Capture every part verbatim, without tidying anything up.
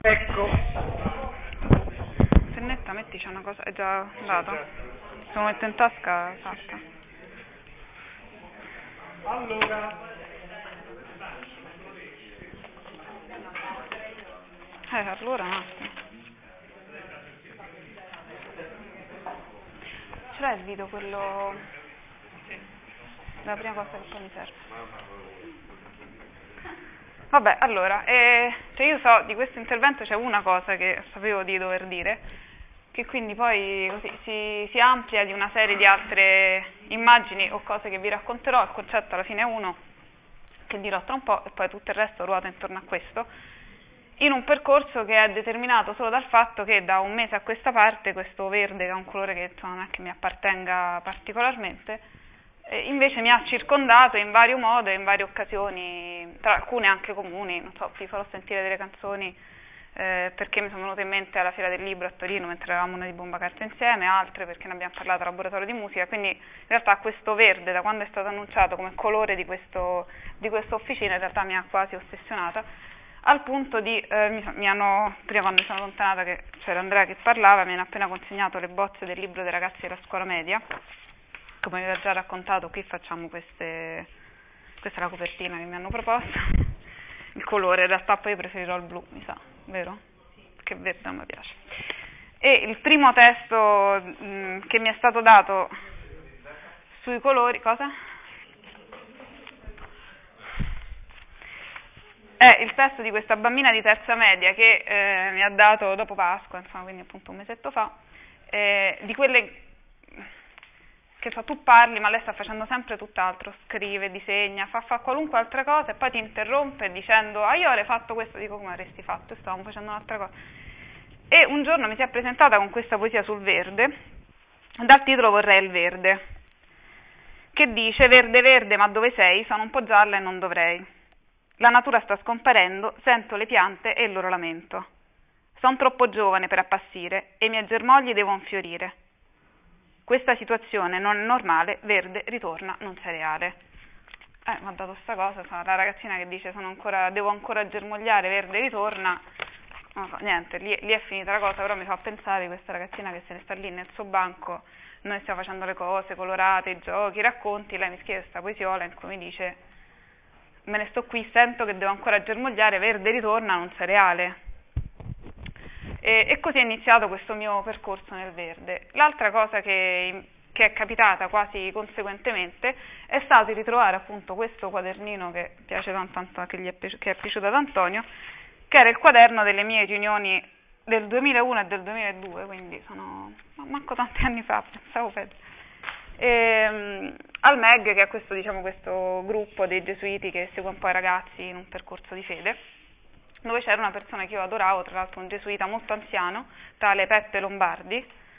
Ecco. Pennetta, metti, c'è una cosa, è già dato? Se lo metto in tasca, salta. Allora. Eh, allora un attimo. Ce l'hai il video, quello... la prima cosa che poi mi serve. Vabbè, allora, eh, cioè io so, di questo intervento c'è una cosa che sapevo di dover dire, che quindi poi così si, si amplia di una serie di altre immagini o cose che vi racconterò. Il concetto alla fine è uno, che dirò tra un po', e poi tutto il resto ruota intorno a questo, in un percorso che è determinato solo dal fatto che da un mese a questa parte questo verde, che è un colore che insomma, non è che mi appartenga particolarmente, eh, invece mi ha circondato in vario modo e in varie occasioni, tra alcune anche comuni. Non so, vi farò sentire delle canzoni eh, perché mi sono venute in mente alla Fiera del Libro a Torino mentre eravamo una di Bomba Carta insieme, altre perché ne abbiamo parlato al laboratorio di musica. Quindi in realtà questo verde, da quando è stato annunciato come colore di, questo, di questa officina, in realtà mi ha quasi ossessionata, al punto di, eh, mi, mi hanno, prima quando mi sono allontanata che c'era Andrea che parlava, mi hanno appena consegnato le bozze del libro dei ragazzi della scuola media. Come vi ho già raccontato, qui facciamo queste, questa è la copertina che mi hanno proposto, il colore, in realtà poi io preferirò il blu, mi sa, vero? Perché verde non mi piace. E il primo testo mh, che mi è stato dato sui colori, cosa? È il testo di questa bambina di terza media che eh, mi ha dato dopo Pasqua, insomma, quindi appunto un mesetto fa, eh, di quelle che fa, tu parli ma lei sta facendo sempre tutt'altro, scrive, disegna, fa, fa qualunque altra cosa e poi ti interrompe dicendo ah io avrei fatto questo, dico come avresti fatto, io stavamo facendo un'altra cosa. E un giorno mi si è presentata con questa poesia sul verde, dal titolo Vorrei il verde, che dice verde verde ma dove sei, sono un po' gialla e non dovrei. La natura sta scomparendo, sento le piante e il loro lamento. Sono troppo giovane per appassire e i miei germogli devono fiorire. Questa situazione non è normale, verde ritorna, non sei reale. Eh, mi ha dato sta cosa, sono la ragazzina che dice sono ancora, devo ancora germogliare, verde ritorna. Non so, niente, lì, lì è finita la cosa, però mi fa pensare di questa ragazzina che se ne sta lì nel suo banco, noi stiamo facendo le cose colorate, i giochi, i racconti, lei mi scrive questa poesiola in cui mi dice me ne sto qui, sento che devo ancora germogliare, verde ritorna, non sei reale. E, e così è iniziato questo mio percorso nel verde. L'altra cosa che, che è capitata quasi conseguentemente è stato di ritrovare appunto questo quadernino che piace tanto, che, gli è, che è piaciuto ad Antonio, che era il quaderno delle mie riunioni del duemilauno e del duemiladue, quindi sono manco tanti anni fa, pensavo peggio. E, al M E G, che è questo, diciamo, questo gruppo dei gesuiti che segue un po' i ragazzi in un percorso di fede, dove c'era una persona che io adoravo, tra l'altro un gesuita molto anziano, tale Peppe Lombardi,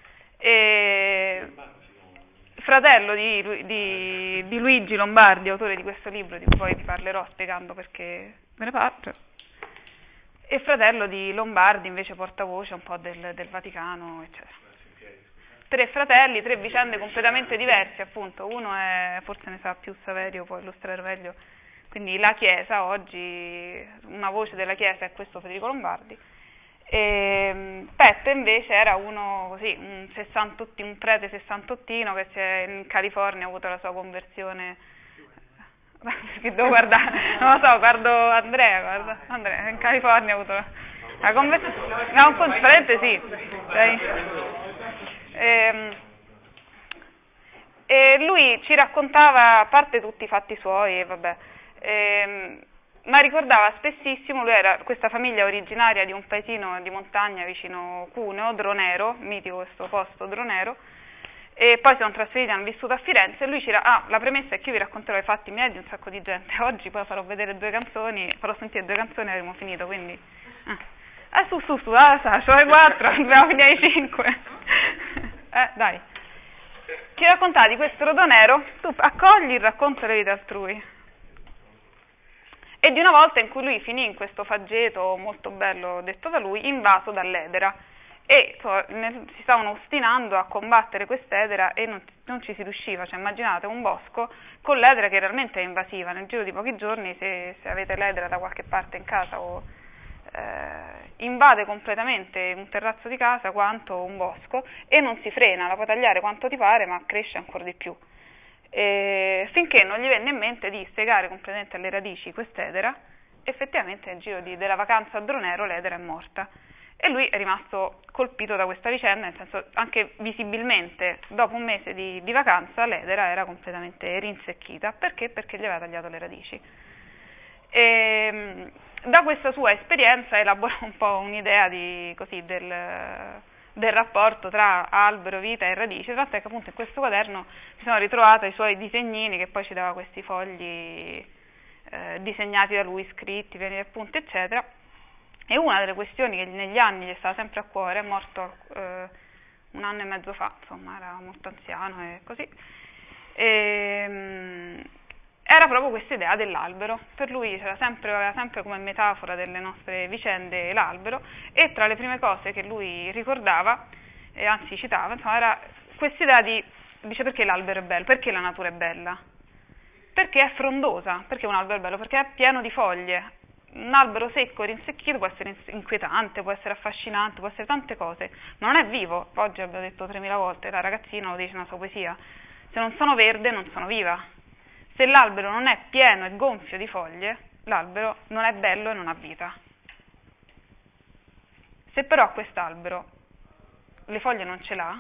e fratello di, di, di Luigi Lombardi, autore di questo libro, di cui poi vi parlerò spiegando perché me ne parlo, e fratello di Lombardi, invece portavoce un po' del, del Vaticano, eccetera. Tre fratelli, tre vicende completamente diverse, appunto. Uno è, forse ne sa più Saverio, può illustrare meglio, quindi la Chiesa oggi, una voce della Chiesa è questo Federico Lombardi. E Peppe invece era uno così, un, sessantottino, un prete sessantottino che in California ha avuto la sua conversione. Che devo guardare? Non lo so, guardo Andrea, guarda, Andrea, in California ha avuto la conversione. No, un po' differente, sì. Cioè, e, e lui ci raccontava, a parte tutti i fatti suoi, vabbè, e, ma ricordava spessissimo, lui era questa famiglia originaria di un paesino di montagna vicino Cuneo, Dronero, mitico questo posto Dronero, e poi si sono trasferiti, hanno vissuto a Firenze, e lui ci ra- ah, la premessa è che io vi racconterò i fatti miei di un sacco di gente, oggi poi farò vedere due canzoni, farò sentire due canzoni e avremo finito, quindi ah. eh su su su, ah, sa, ce l'hai quattro, dobbiamo finire i cinque eh dai, ci raccontava di questo Rodonero, tu accogli il racconto delle vite altrui, e di una volta in cui lui finì in questo faggete molto bello detto da lui, invaso dall'edera, e nel, si stavano ostinando a combattere quest'edera e non, non ci si riusciva. Cioè immaginate un bosco con l'edera che realmente è invasiva, nel giro di pochi giorni, se, se avete l'edera da qualche parte in casa o eh, invade completamente un terrazzo di casa quanto un bosco e non si frena, la puoi tagliare quanto ti pare, ma cresce ancora di più. E finché non gli venne in mente di segare completamente alle radici quest'edera, effettivamente nel giro di, della vacanza a Dronero l'edera è morta. E lui è rimasto colpito da questa vicenda, nel senso anche visibilmente dopo un mese di, di vacanza l'edera era completamente rinsecchita. Perché? Perché gli aveva tagliato le radici. E da questa sua esperienza elabora un po' un'idea di, così, del, del rapporto tra albero, vita e radici, tant'è che appunto in questo quaderno mi sono ritrovata i suoi disegnini, che poi ci dava questi fogli eh, disegnati da lui, scritti, pieni di appunti, eccetera. E una delle questioni che negli anni gli stava sempre a cuore, è morto eh, un anno e mezzo fa, insomma era molto anziano e così, e, mh, era proprio questa idea dell'albero. Per lui c'era sempre, aveva sempre come metafora delle nostre vicende l'albero, e tra le prime cose che lui ricordava, e anzi citava, insomma, era questa idea di, dice, perché l'albero è bello, perché la natura è bella? Perché è frondosa. Perché un albero è bello? Perché è pieno di foglie. Un albero secco e rinsecchito può essere inquietante, può essere affascinante, può essere tante cose, ma non è vivo. Oggi abbiamo detto tremila volte, la ragazzina lo dice nella sua poesia: se non sono verde non sono viva. Se l'albero non è pieno e gonfio di foglie, l'albero non è bello e non ha vita. Se però quest'albero le foglie non ce l'ha,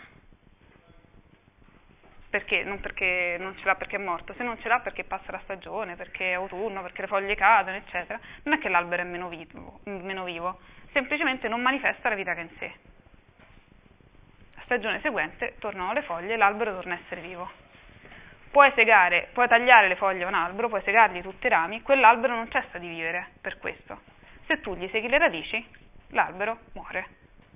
perché? Non perché non ce l'ha perché è morto, se non ce l'ha perché passa la stagione, perché è autunno, perché le foglie cadono, eccetera, non è che l'albero è meno vivo, meno vivo, semplicemente non manifesta la vita che è in sé. La stagione seguente tornano le foglie e l'albero torna a essere vivo. Puoi segare, puoi tagliare le foglie a un albero, puoi segargli tutti i rami, quell'albero non cessa di vivere per questo. Se tu gli seghi le radici, l'albero muore.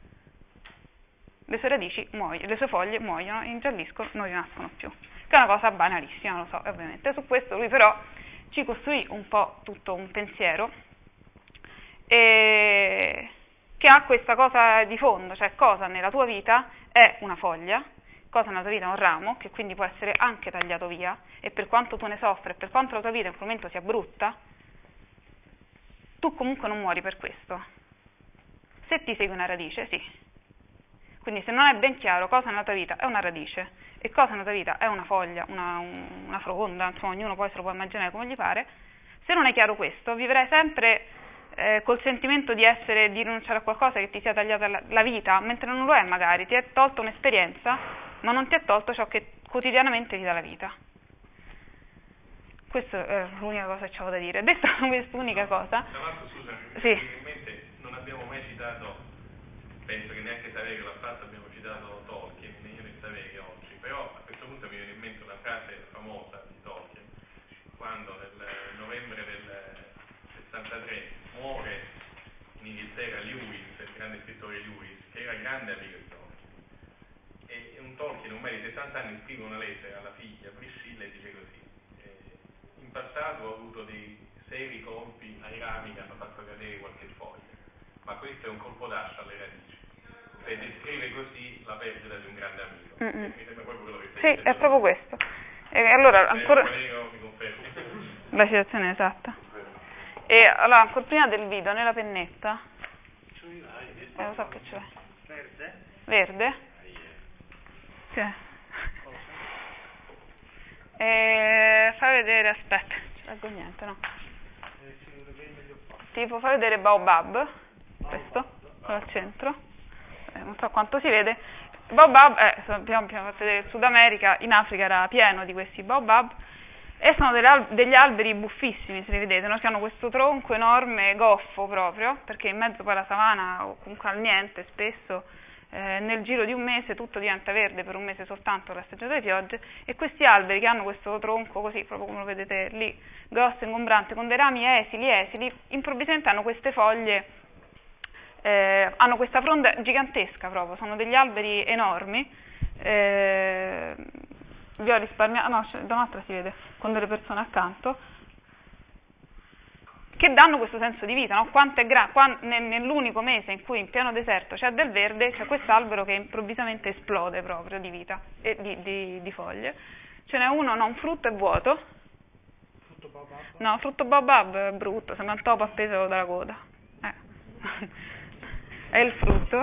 Le sue radici muoiono, le sue foglie muoiono, ingialliscono, non rinascono più. Che è una cosa banalissima, lo so, ovviamente. Su questo lui però ci costruì un po' tutto un pensiero e che ha questa cosa di fondo, cioè cosa nella tua vita è una foglia, cosa nella tua vita è un ramo, che quindi può essere anche tagliato via, e per quanto tu ne soffri, e per quanto la tua vita in quel momento sia brutta, tu comunque non muori per questo. Se ti segui una radice, sì. Quindi se non è ben chiaro cosa nella tua vita è una radice e cosa nella tua vita è una foglia, una, una fronda, insomma ognuno poi se lo può immaginare come gli pare, se non è chiaro questo, vivrai sempre eh, col sentimento di essere, di rinunciare a qualcosa che ti sia tagliata la, la vita, mentre non lo è magari, ti è tolto un'esperienza, ma non ti è tolto ciò che quotidianamente ti dà la vita. Questa è l'unica cosa che avevo da dire. Detto quest'unica cosa... Tra l'altro, scusa, sì. non abbiamo mai citato, penso che neanche Saverio l'ha fatto, abbiamo citato Tolkien, né io né Saverio oggi, però a questo punto mi viene in mente una frase famosa di Tolkien, quando nel novembre del sessantatré muore in Inghilterra Lewis, il grande scrittore Lewis, che era grande amico di Tolkien. E un Tolkien, ormai di sessanta anni, scrive una lettera alla figlia Priscilla e dice così: eh, in passato ho avuto dei seri colpi ai rami che hanno fatto cadere qualche foglia, ma questo è un colpo d'ascia alle radici. E descrive così la perdita di un grande amico. Mm-mm. Mi sembra proprio quello che stai Sì, dicendo. è proprio questo. E allora, ancora... Io mi confermo. La citazione è esatta. E allora, ancora prima del video, nella pennetta... Eh, lo so che c'è. Verde? Verde? Sì. E fai vedere, aspetta, non ci leggo niente, no? Tipo, fai vedere Baobab, questo, quello al centro, eh, non so quanto si vede. Baobab, eh, abbiamo, abbiamo fatto vedere il Sud America, in Africa era pieno di questi Baobab, e sono delle, degli alberi buffissimi, se li vedete, no? Che hanno questo tronco enorme, goffo proprio, perché in mezzo poi alla savana, o comunque al niente, spesso, eh, nel giro di un mese tutto diventa verde, per un mese soltanto la stagione delle piogge, e questi alberi che hanno questo tronco così, proprio come lo vedete lì, grosso, ingombrante, con dei rami esili, esili, improvvisamente hanno queste foglie, eh, hanno questa fronda gigantesca proprio, sono degli alberi enormi, eh, vi ho risparmiato, no, da un'altra si vede, con delle persone accanto, che danno questo senso di vita, no? Quanto è gra- quant- nell'unico mese in cui in pieno deserto c'è del verde, c'è quest'albero che improvvisamente esplode proprio di vita e di, di, di foglie. Ce n'è uno, no, un frutto è vuoto. Frutto baobab? No, frutto baobab è brutto, sembra un topo appeso dalla coda. Eh. è il frutto,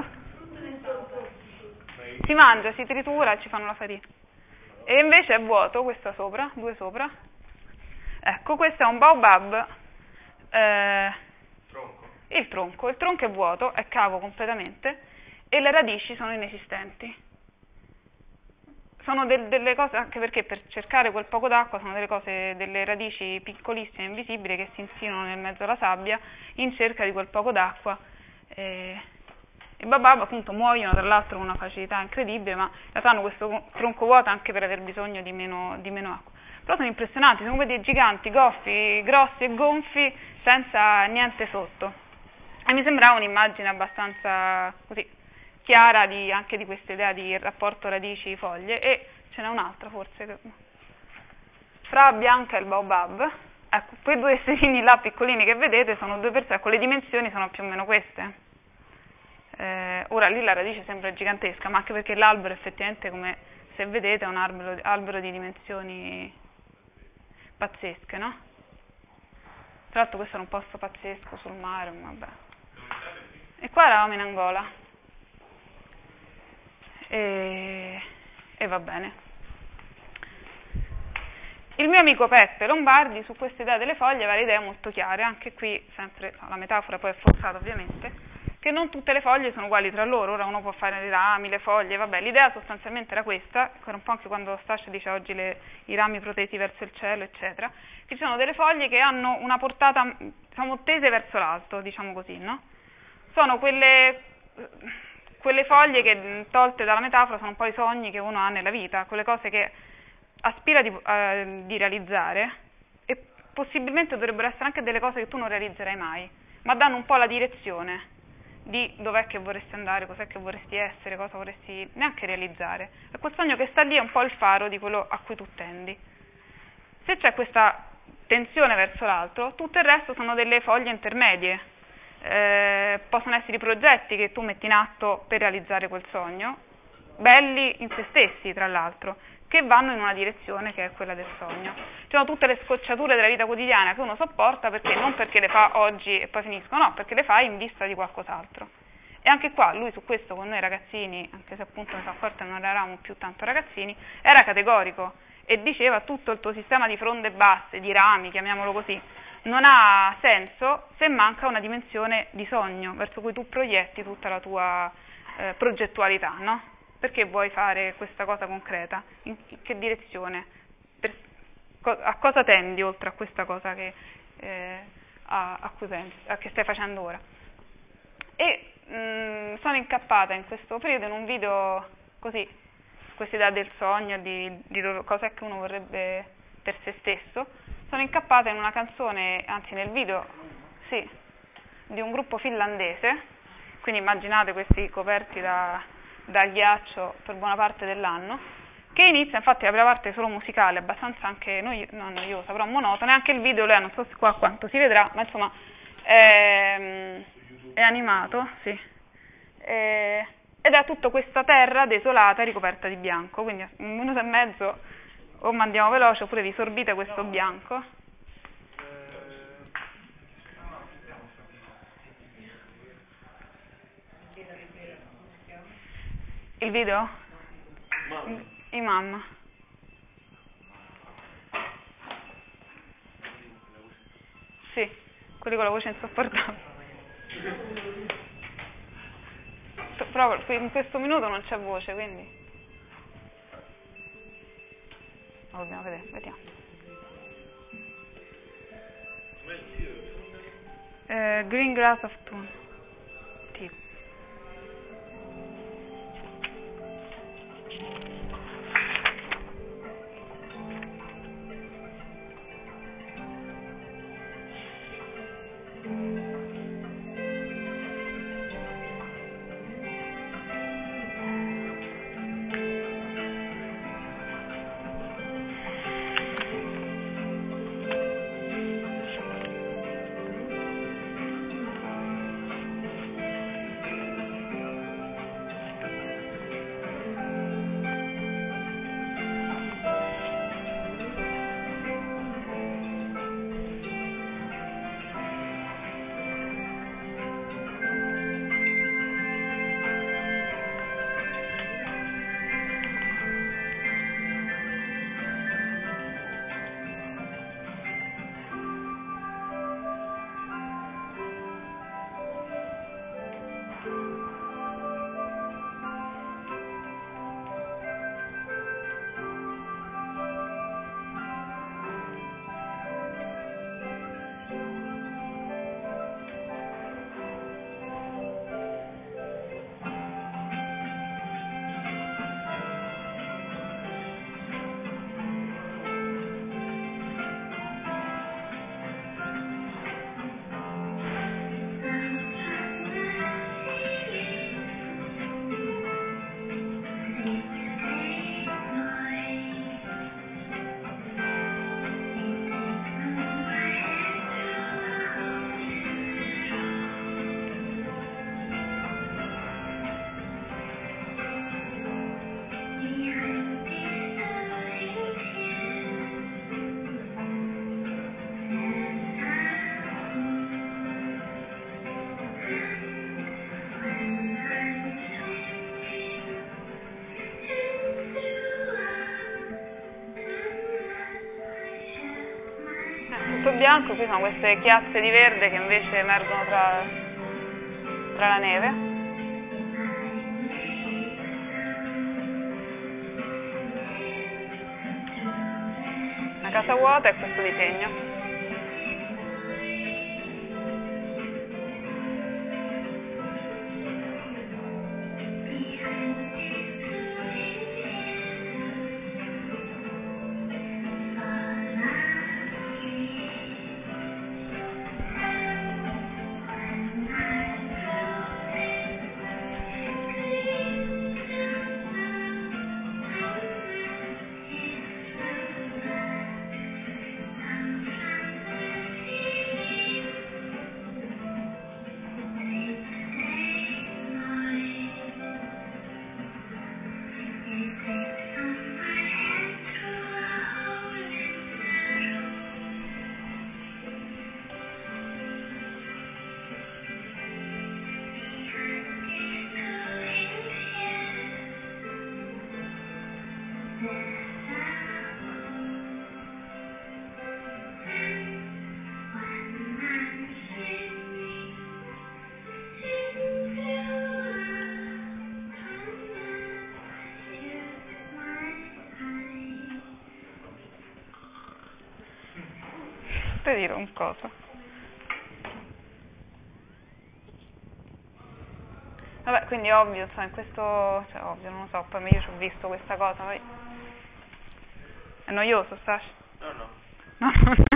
si mangia, si tritura e ci fanno la farina. E invece è vuoto, questo sopra, due sopra. Ecco, questo è un baobab, eh, Tronco. il tronco, il tronco è vuoto, è cavo completamente, e le radici sono inesistenti. Sono del, delle cose, anche perché per cercare quel poco d'acqua sono delle cose, delle radici piccolissime, invisibili, che si insinuano nel mezzo alla sabbia in cerca di quel poco d'acqua. E i babab appunto muoiono tra l'altro con una facilità incredibile, ma in realtà hanno questo tronco vuoto anche per aver bisogno di meno, di meno acqua. Però sono impressionanti, sono come dei giganti, goffi, grossi e gonfi, senza niente sotto. E mi sembrava un'immagine abbastanza così chiara di, anche di questa idea di rapporto radici-foglie. E ce n'è un'altra forse, che... fra Bianca e il baobab, ecco, quei due esserini là piccolini che vedete sono due persone, ecco, le dimensioni sono più o meno queste. Eh, ora lì la radice sembra gigantesca, ma anche perché l'albero effettivamente, come se vedete, è un albero, albero di dimensioni pazzesche, no? Tra l'altro questo era un posto pazzesco sul mare, vabbè. E qua eravamo in Angola. E, e va bene. Il mio amico Peppe Lombardi su questa idea delle foglie aveva le idee molto chiare, anche qui sempre la metafora poi è forzata ovviamente, che non tutte le foglie sono uguali tra loro. Ora uno può fare i rami, le foglie, vabbè, l'idea sostanzialmente era questa, era un po' anche quando Stascia dice oggi le, i rami protesi verso il cielo, eccetera, che ci sono delle foglie che hanno una portata, diciamo, tese verso l'alto, diciamo così, no? Sono quelle... quelle foglie che, tolte dalla metafora, sono un po' i sogni che uno ha nella vita, quelle cose che aspira di, eh, di realizzare, e possibilmente dovrebbero essere anche delle cose che tu non realizzerai mai, ma danno un po' la direzione di dov'è che vorresti andare, cos'è che vorresti essere, cosa vorresti neanche realizzare. E quel sogno che sta lì è un po' il faro di quello a cui tu tendi. Se c'è questa tensione verso l'altro, tutto il resto sono delle foglie intermedie. Eh, possono essere i progetti che tu metti in atto per realizzare quel sogno, belli in se stessi tra l'altro, che vanno in una direzione che è quella del sogno. Ci sono tutte le scocciature della vita quotidiana che uno sopporta, perché non perché le fa oggi e poi finiscono, no, perché le fa in vista di qualcos'altro. E anche qua lui su questo con noi ragazzini, anche se appunto mi sono accorta che non eravamo più tanto ragazzini, era categorico e diceva: tutto il tuo sistema di fronde basse, di rami, chiamiamolo così, non ha senso se manca una dimensione di sogno verso cui tu proietti tutta la tua eh, progettualità, no? Perché vuoi fare questa cosa concreta? In che direzione? Per, co- a cosa tendi oltre a questa cosa che, eh, a, a cui pensi, a che stai facendo ora? E mh, sono incappata in questo periodo in un video così, questa idea del sogno, di, di cosa è che uno vorrebbe per se stesso. Sono incappata in una canzone, anzi nel video, sì, di un gruppo finlandese, quindi immaginate questi coperti da, da ghiaccio per buona parte dell'anno, che inizia, infatti la prima parte è solo musicale, abbastanza anche noi, non noiosa, però monotona, e anche il video, lei non so se qua quanto si vedrà, ma insomma è, è animato, sì, è, ed è tutta questa terra desolata ricoperta di bianco, quindi un minuto e mezzo o mandiamo veloce oppure vi sorbite questo bianco. Il video? I mamma. Sì, quelli con la voce insopportabile. Però in questo minuto non c'è voce, quindi lo dobbiamo vedere, vediamo. Eh, Green Grass of Thun. Tipo. bianco, qui sono queste chiazze di verde che invece emergono tra, tra la neve. Una casa vuota e questo disegno. Dire un coso. Vabbè, quindi ovvio, insomma, in questo, cioè ovvio, non lo so, poi io ci ho visto questa cosa, poi è noioso, Sasha? No, no. No,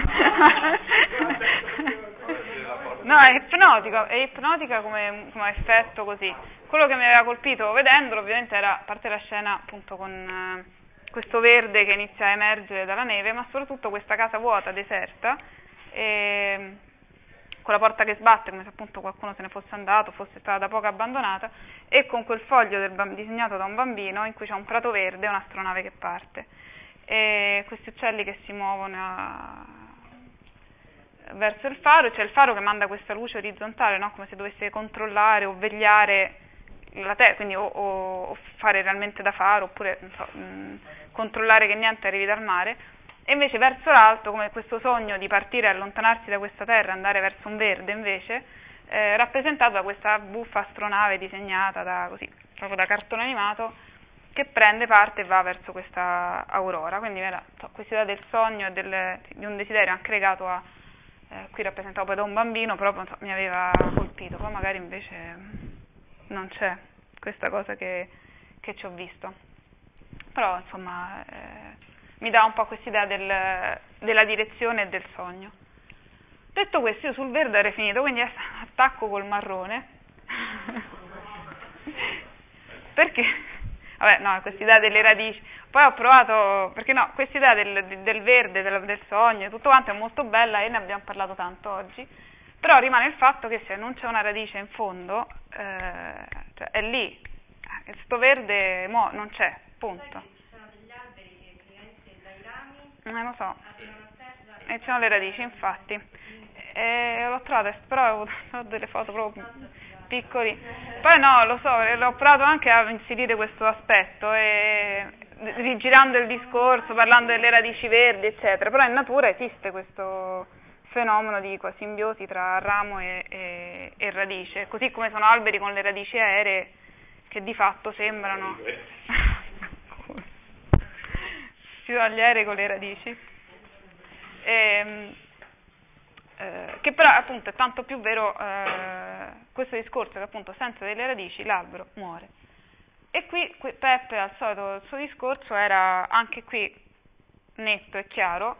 no, è ipnotico, è ipnotica come, come effetto così. Quello che mi aveva colpito vedendolo ovviamente era, a parte la scena appunto con eh, questo verde che inizia a emergere dalla neve, ma soprattutto questa casa vuota, deserta, e con la porta che sbatte come se appunto qualcuno se ne fosse andato, fosse stata da poco abbandonata, e con quel foglio del bamb- disegnato da un bambino in cui c'è un prato verde e un'astronave che parte, e questi uccelli che si muovono a... verso il faro, e c'è il faro che manda questa luce orizzontale, no? Come se dovesse controllare o vegliare la terra, quindi o, o, o fare realmente da faro, oppure non so, mh, controllare che niente arrivi dal mare. E invece verso l'alto, come questo sogno di partire e allontanarsi da questa terra, andare verso un verde invece, eh, rappresentato da questa buffa astronave disegnata da, così, proprio da cartone animato, che prende parte e va verso questa aurora. Quindi era so, questa idea del sogno e del, di un desiderio anche legato a, eh, qui rappresentato poi da un bambino, proprio so, mi aveva colpito, poi magari invece non c'è questa cosa che, che ci ho visto. Però insomma... Eh, mi dà un po' quest'idea del, della direzione e del sogno. Detto questo, io sul verde ero finito, quindi attacco col marrone. Perché? Vabbè, no, quest'idea delle radici. Poi ho provato, perché no, quest'idea del, del verde, del, del sogno, tutto quanto è molto bella e ne abbiamo parlato tanto oggi, però rimane il fatto che se non c'è una radice in fondo, eh, cioè è lì, questo verde mo, non c'è, punto. Eh, lo so, e ci sono le radici, infatti, e l'ho trovata, però ho avuto delle foto proprio piccoli, poi no, lo so, l'ho provato anche a inserire questo aspetto, e rigirando il discorso, parlando delle radici verdi, eccetera, però in natura esiste questo fenomeno di simbiosi tra ramo e, e, e radice, così come sono alberi con le radici aeree, che di fatto sembrano... ci sono gli aerei con le radici, e, eh, che però appunto è tanto più vero eh, questo discorso che appunto senza delle radici l'albero muore. E qui, qui Peppe al solito il suo discorso era anche qui netto e chiaro,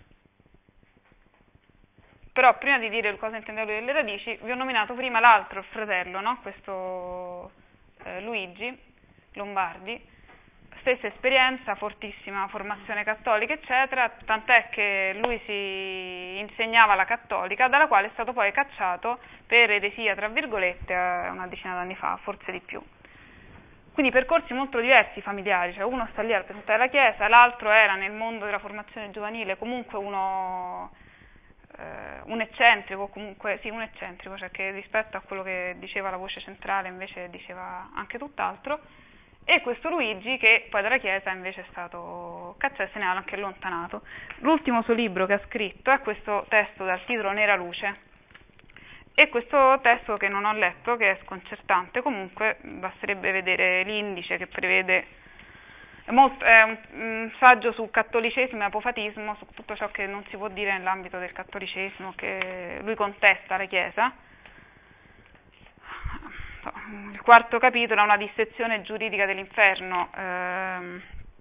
però prima di dire cosa intendeva lui delle radici vi ho nominato prima l'altro, il fratello, no? Questo eh, Luigi Lombardi, stessa esperienza, fortissima formazione cattolica, eccetera, tant'è che lui si insegnava la cattolica, dalla quale è stato poi cacciato per eresia, tra virgolette, una decina d'anni fa, forse di più. Quindi percorsi molto diversi familiari, cioè uno sta lì a rappresentare la Chiesa, l'altro era nel mondo della formazione giovanile, comunque uno, eh, un eccentrico, comunque, sì, un eccentrico, cioè che rispetto a quello che diceva la voce centrale invece diceva anche tutt'altro. e questo Luigi che poi dalla Chiesa invece è stato cacciato e se ne ha anche allontanato. L'ultimo suo libro che ha scritto è questo testo dal titolo Nera luce, e questo testo che non ho letto, che è sconcertante, comunque basterebbe vedere l'indice che prevede, è, molto, è un, un saggio su cattolicesimo e apofatismo, su tutto ciò che non si può dire nell'ambito del cattolicesimo, che lui contesta la Chiesa. Il quarto capitolo è una dissezione giuridica dell'inferno. Ehm,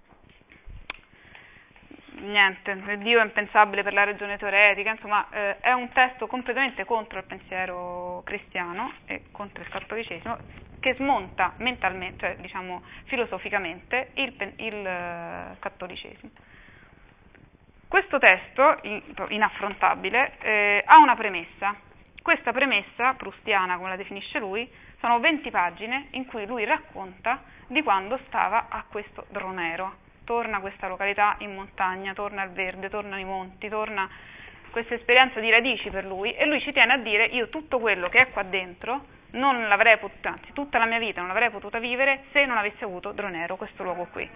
niente, Dio è impensabile per la ragione teoretica, insomma eh, è un testo completamente contro il pensiero cristiano e contro il cattolicesimo, che smonta mentalmente, cioè diciamo filosoficamente, il, il uh, cattolicesimo. Questo testo, in, inaffrontabile, eh, ha una premessa. Questa premessa, prustiana come la definisce lui, sono venti pagine in cui lui racconta di quando stava a questo Dronero. Torna a questa località in montagna, torna al verde, torna ai monti, torna questa esperienza di radici per lui, e lui ci tiene a dire: io tutto quello che è qua dentro non l'avrei potuta, anzi tutta la mia vita non l'avrei potuta vivere se non avessi avuto Dronero, questo luogo qui.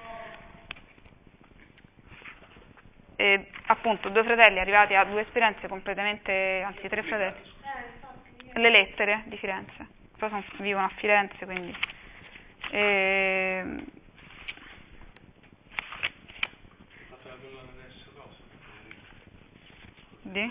E appunto due fratelli arrivati a due esperienze completamente, anzi tre fratelli, le lettere di Firenze, poi sono, vivono a Firenze, quindi e, di?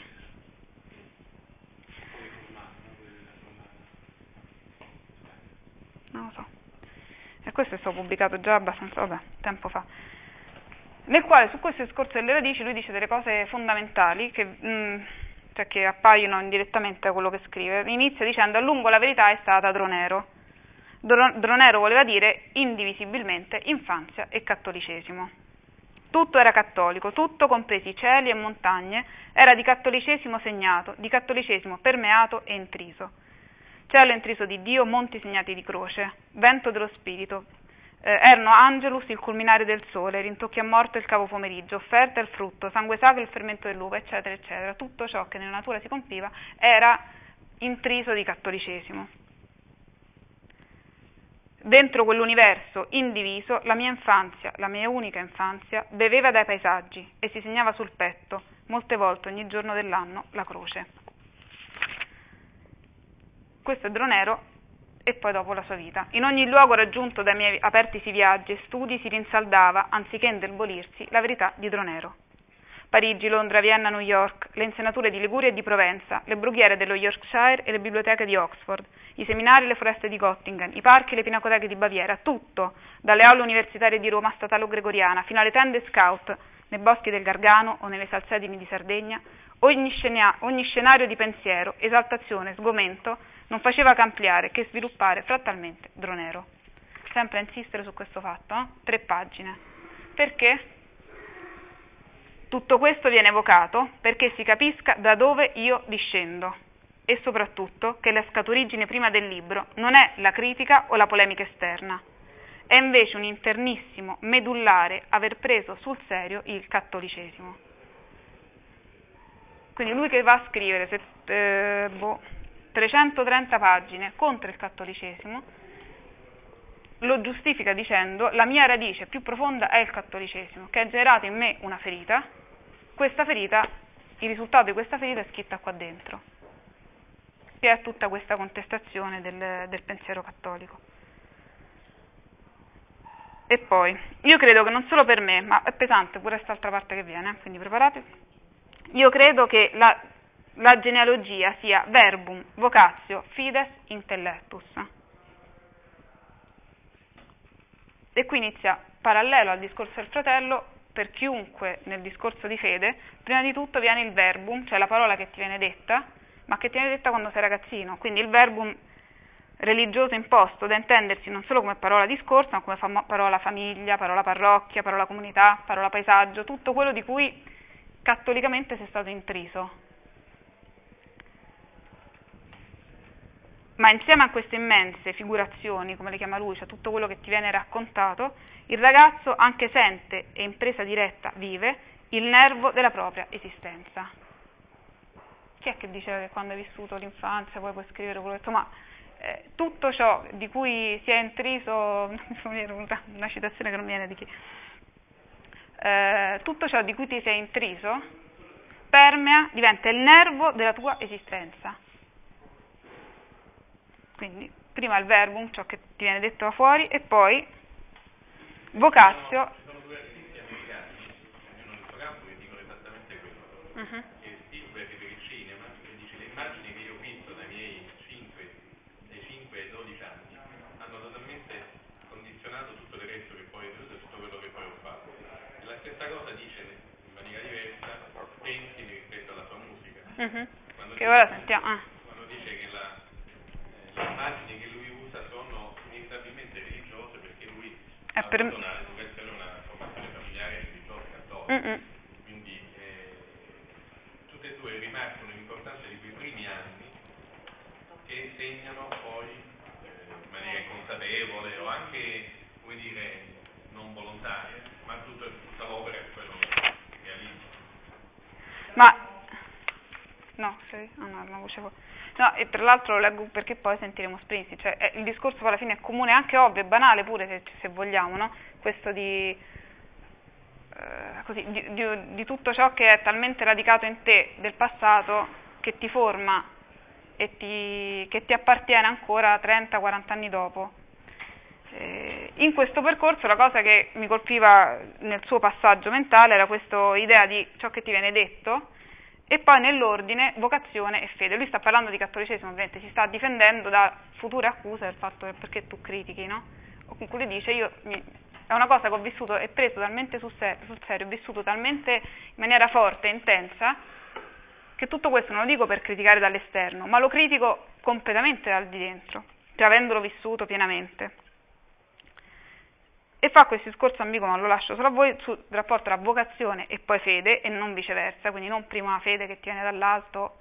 Non lo so. E questo è stato pubblicato già abbastanza, vabbè, tempo fa, nel quale su questo discorso delle radici lui dice delle cose fondamentali che, mh, cioè che appaiono indirettamente a quello che scrive. Inizia dicendo: a lungo la verità è stata Dronero. Dronero voleva dire indivisibilmente infanzia e cattolicesimo. Tutto era cattolico, tutto, compresi cieli e montagne, era di cattolicesimo segnato, di cattolicesimo permeato e intriso. Cielo intriso di Dio, monti segnati di croce, vento dello spirito, eh, erno angelus il culminare del sole, rintocchi a morto il cavo pomeriggio, offerta il frutto, sangue sacro il fermento dell'uva, eccetera, eccetera. Tutto ciò che nella natura si compiva era intriso di cattolicesimo. Dentro quell'universo indiviso, la mia infanzia, la mia unica infanzia, beveva dai paesaggi e si segnava sul petto, molte volte ogni giorno dell'anno, la croce. Questo è Dronero, e poi dopo la sua vita. In ogni luogo raggiunto dai miei apertisi viaggi e studi si rinsaldava, anziché indebolirsi, la verità di Dronero. Parigi, Londra, Vienna, New York, le insenature di Liguria e di Provenza, le brughiere dello Yorkshire e le biblioteche di Oxford, i seminari e le foreste di Göttingen, i parchi e le pinacoteche di Baviera, tutto, dalle aule universitarie di Roma statale o gregoriana, fino alle tende scout, nei boschi del Gargano o nelle salsedini di Sardegna, ogni, scena- ogni scenario di pensiero, esaltazione, sgomento, non faceva che ampliare, che sviluppare frattalmente Dronero. Sempre a insistere su questo fatto, eh? Tre pagine. Perché? Tutto questo viene evocato perché si capisca da dove io discendo e soprattutto che la scaturigine prima del libro non è la critica o la polemica esterna, è invece un internissimo, medullare aver preso sul serio il cattolicesimo. Quindi lui che va a scrivere se, eh, boh, trecentotrenta pagine contro il cattolicesimo lo giustifica dicendo: la mia radice più profonda è il cattolicesimo, che ha generato in me una ferita, questa ferita, il risultato di questa ferita è scritta qua dentro, che è tutta questa contestazione del, del pensiero cattolico. E poi, io credo che non solo per me, ma è pesante pure quest'altra parte che viene, eh, quindi preparatevi, io credo che la, la genealogia sia verbum, vocatio, fides, intellectus. E qui inizia, parallelo al discorso del fratello, per chiunque nel discorso di fede, prima di tutto viene il verbum, cioè la parola che ti viene detta, ma che ti viene detta quando sei ragazzino, quindi il verbum religioso imposto, da intendersi non solo come parola discorso, ma come fam- parola famiglia, parola parrocchia, parola comunità, parola paesaggio, tutto quello di cui cattolicamente sei stato intriso. Ma insieme a queste immense figurazioni, come le chiama lui, cioè tutto quello che ti viene raccontato, il ragazzo anche sente e in presa diretta vive il nervo della propria esistenza. Chi è che dice che quando hai vissuto l'infanzia poi puoi scrivere quello che... Insomma, eh, tutto ciò di cui si è intriso, una citazione che non mi viene di chi, eh, tutto ciò di cui ti sei intriso permea, diventa il nervo della tua esistenza. Quindi prima il verbum, ciò che ti viene detto da fuori, e poi vocatio. Ci sono due artisti americani, ognuno nel suo campo, che dicono esattamente questo. Uh-huh. Che Spielberg per il cinema, che dice le immagini che io ho visto dai miei cinque ai dodici anni hanno totalmente condizionato tutto il resto che poi è venuto e tutto quello che poi ho fatto. E la stessa cosa dice in maniera diversa Pensi rispetto alla sua musica. Uh-huh. Quando che dice, ora sentiamo. Ah. Quando dice che la, eh, le immagini che lui usa sono inevitabilmente religiose perché lui È ha per... avuto una educazione, una formazione familiare religiosa cattolica. Uh-uh. Quindi eh, tutte e due rimarcano l'importanza di quei primi anni che segnano poi eh, in maniera inconsapevole o anche, come dire, non volontaria, ma tutta, tutta l'opera è quello che realizza. Ma no, sì, ah, no, una voce fuori. No, e tra l'altro lo leggo perché poi sentiremo Springsteen, cioè è, il discorso poi alla fine è comune, anche ovvio, è banale pure se, se vogliamo, no? Questo di, eh, così, di, di, di tutto ciò che è talmente radicato in te del passato che ti forma e ti, che ti appartiene ancora trenta quaranta anni dopo. Eh, in questo percorso la cosa che mi colpiva nel suo passaggio mentale era questa idea di ciò che ti viene detto e poi nell'ordine vocazione e fede. Lui sta parlando di cattolicesimo, ovviamente si sta difendendo da future accuse del fatto che perché tu critichi, no? O in cui lui dice io mi, è una cosa che ho vissuto e preso talmente sul serio, sul serio, ho vissuto talmente in maniera forte e intensa che tutto questo non lo dico per criticare dall'esterno, ma lo critico completamente dal di dentro, cioè avendolo vissuto pienamente. E fa questo discorso ambiguo, ma lo lascio solo a voi, sul rapporto tra vocazione e poi fede, e non viceversa, quindi non prima una fede che ti viene dall'alto,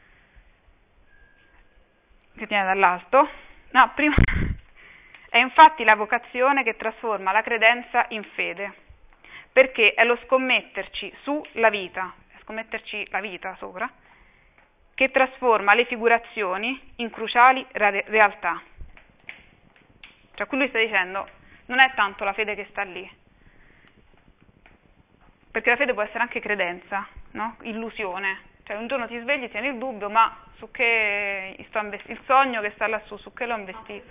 che ti viene dall'alto, no, prima è infatti la vocazione che trasforma la credenza in fede, perché è lo scommetterci sulla vita, scommetterci la vita sopra, che trasforma le figurazioni in cruciali re- realtà. Cioè qui lui sta dicendo non è tanto la fede che sta lì, perché la fede può essere anche credenza, no? Illusione, cioè un giorno ti svegli, tieni il dubbio, ma su che sto investi- il sogno che sta lassù, su che l'ho investito?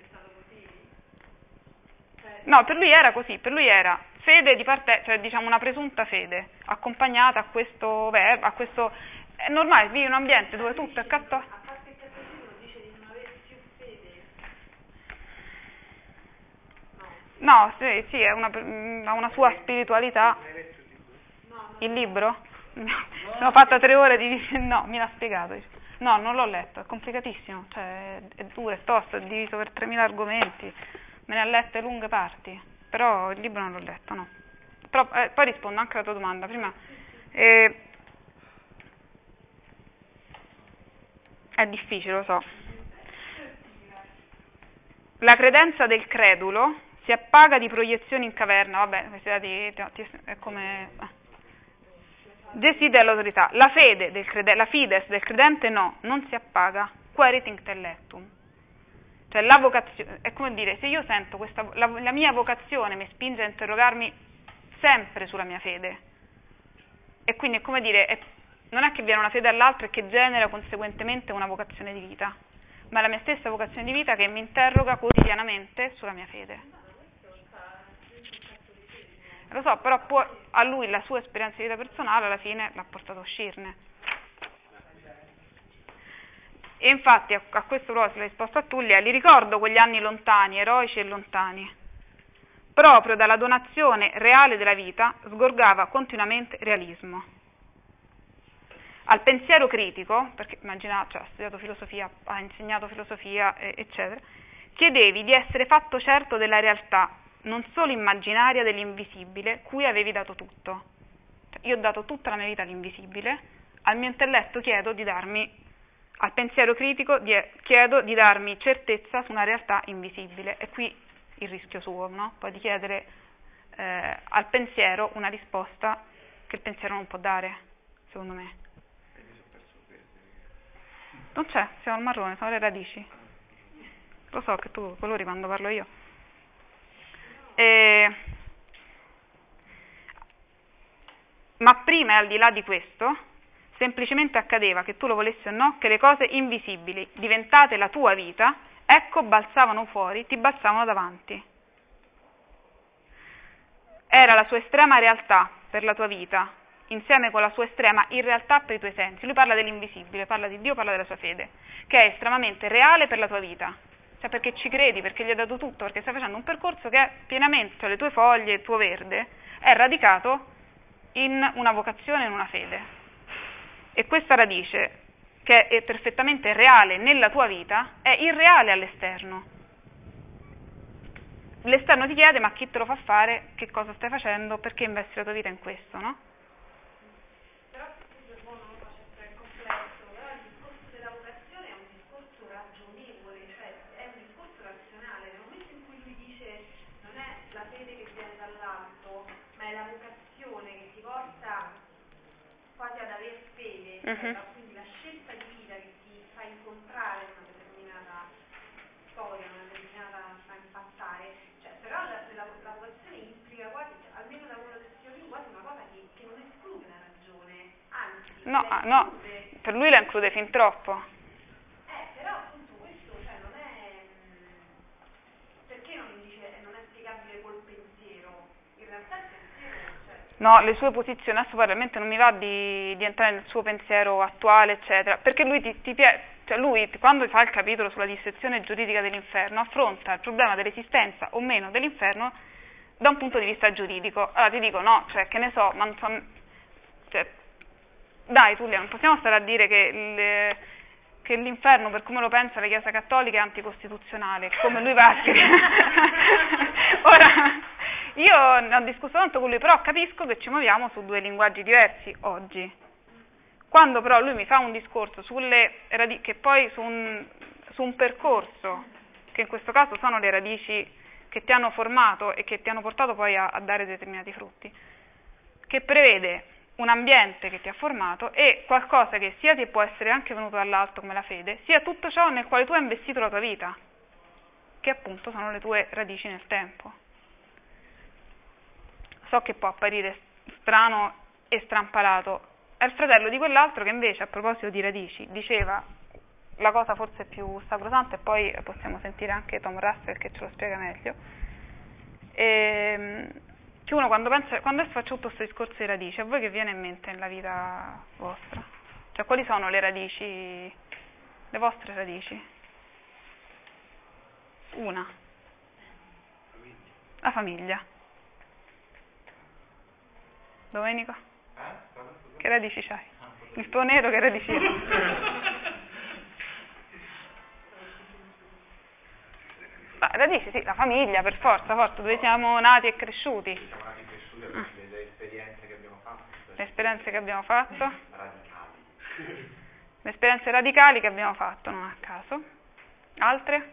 No, per lui era così, per lui era fede di parte, cioè diciamo una presunta fede, accompagnata a questo verbo, a questo, è normale, vivi in un ambiente dove tutto è cattolico. No, sì, sì, è una, ha una sua spiritualità. Il libro? Sono fatta tre ore di... No, me l'ha spiegato. No, non l'ho letto, è complicatissimo, cioè è duro, è tosto, è diviso per tremila argomenti, me ne ha lette lunghe parti, però il libro non l'ho letto, no. Però, eh, poi rispondo anche alla tua domanda. Prima, eh, è difficile, lo so. La credenza del credulo si appaga di proiezioni in caverna, vabbè, questi dati è come desidera l'autorità. La fede del crede, la fides del credente no, non si appaga, querit intellectum. Cioè la vocazione, è come dire, se io sento questa, la, la mia vocazione mi spinge a interrogarmi sempre sulla mia fede, e quindi è come dire, è, non è che viene una fede all'altro e che genera conseguentemente una vocazione di vita, ma è la mia stessa vocazione di vita che mi interroga quotidianamente sulla mia fede. Lo so, però può, a lui la sua esperienza di vita personale alla fine l'ha portato a uscirne. E infatti a, a questo proposito la risposta a Tullia, li ricordo quegli anni lontani, eroici e lontani. Proprio dalla donazione reale della vita sgorgava continuamente realismo. Al pensiero critico, perché immaginate, cioè, ha studiato filosofia, ha insegnato filosofia, eccetera, chiedevi di essere fatto certo della realtà, non solo immaginaria dell'invisibile, cui avevi dato tutto. Cioè, io ho dato tutta la mia vita all'invisibile, al mio intelletto chiedo di darmi, al pensiero critico di, chiedo di darmi certezza su una realtà invisibile. E qui il rischio suo, no? Poi di chiedere eh, al pensiero una risposta che il pensiero non può dare, secondo me. Non c'è, siamo al marrone, sono le radici. Lo so che tu colori quando parlo io. E... Ma prima e al di là di questo, semplicemente accadeva, che tu lo volessi o no, che le cose invisibili, diventate la tua vita, ecco, balzavano fuori, ti balzavano davanti. Era la sua estrema realtà per la tua vita, insieme con la sua estrema irrealtà per i tuoi sensi. Lui parla dell'invisibile, parla di Dio, parla della sua fede, che è estremamente reale per la tua vita. Cioè perché ci credi, perché gli hai dato tutto, perché stai facendo un percorso che è pienamente, cioè le tue foglie, il tuo verde, è radicato in una vocazione, in una fede. E questa radice, che è perfettamente reale nella tua vita, è irreale all'esterno. L'esterno ti chiede, ma chi te lo fa fare, che cosa stai facendo, perché investi la tua vita in questo, no? Però il mondo non fa sempre il complesso, però il discorso della vocazione è un discorso ragionevole, cioè è un discorso razionale. Nel momento in cui lui dice non è la fede che viene dall'alto, ma è la vocazione che ti porta quasi ad aver fede, Uh-huh. cioè, quindi la scelta di vita che ti fa incontrare una determinata storia, una determinata fa impattare, cioè, però la, la, la vocazione implica quasi, cioè, almeno da quello che si io quasi una cosa che, che non esclude la ragione, anzi No, la ah, no, include. per lui la include fin troppo. Eh, però appunto questo cioè, non è mh, perché non dice non è spiegabile col pensiero? In realtà il pensiero, cioè, No, le sue posizioni, adesso veramente non mi va di, di entrare nel suo pensiero attuale, eccetera, perché lui ti, ti cioè lui quando fa il capitolo sulla dissezione giuridica dell'inferno affronta il problema dell'esistenza o meno dell'inferno da un punto di vista giuridico. Allora ti dico no, cioè che ne so, ma non so, cioè, dai Tullia, non possiamo stare a dire che, il, che l'inferno, per come lo pensa la Chiesa Cattolica, è anticostituzionale, come lui va a scrivere. Ora, io ne ho discusso tanto con lui, però capisco che ci muoviamo su due linguaggi diversi oggi. Quando però lui mi fa un discorso sulle radici, che poi su un, su un percorso, che in questo caso sono le radici che ti hanno formato e che ti hanno portato poi a, a dare determinati frutti, che prevede un ambiente che ti ha formato e qualcosa che sia ti può essere anche venuto dall'alto come la fede, sia tutto ciò nel quale tu hai investito la tua vita, che appunto sono le tue radici nel tempo. So che può apparire strano e strampalato, è il fratello di quell'altro che invece, a proposito di radici, diceva la cosa forse più sacrosanta, e poi possiamo sentire anche Tom Russell che ce lo spiega meglio, e, che uno quando pensa, quando adesso faccio tutto questo discorso di radici, a voi che viene in mente nella vita vostra? Cioè quali sono le radici, le vostre radici? Una. La famiglia. Domenico? Che radici c'hai? Il tuo nero che radici ha? Ma radici sì, la famiglia per forza, forza, dove siamo nati e cresciuti. Siamo nati e cresciuti per Mm. le esperienze che abbiamo fatto. Le esperienze che abbiamo fatto, Radicali. le esperienze radicali che abbiamo fatto, non a caso. Altre?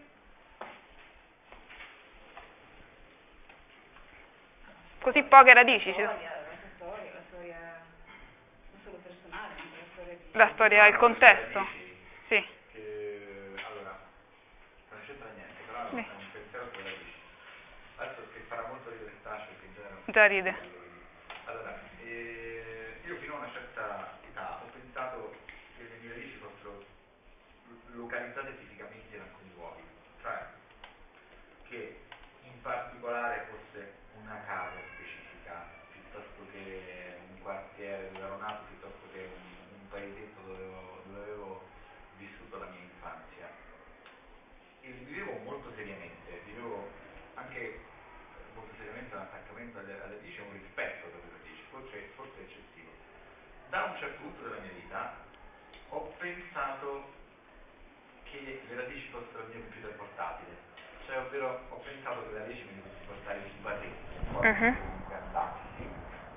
Così poche radici. ci- La storia, la storia non solo personale, ma anche la storia di... La storia, il contesto. Sì. Che, allora, non c'entra niente, però Sì. è un pensiero sulle radici. Adesso che farà molto ridere Stasio, che in genere... Già ride. Allora, eh, io fino a una certa età ho pensato che le mie radici fossero localizzate fisicamente in alcuni luoghi, cioè che in particolare fosse una casa specifica, piuttosto che un quartiere dove ero nato, piuttosto che un, un paesetto dove avevo, dove avevo vissuto la mia infanzia. E vivevo molto seriamente, vivevo anche molto seriamente un attaccamento alle, alle radici e un rispetto per le radici, forse, forse eccessivo. Da un certo punto della mia vita ho pensato che le radici fossero il mio computer portatile, cioè ovvero ho pensato che le radici me le potessi portare su barretti, Mhm. comunque andassi.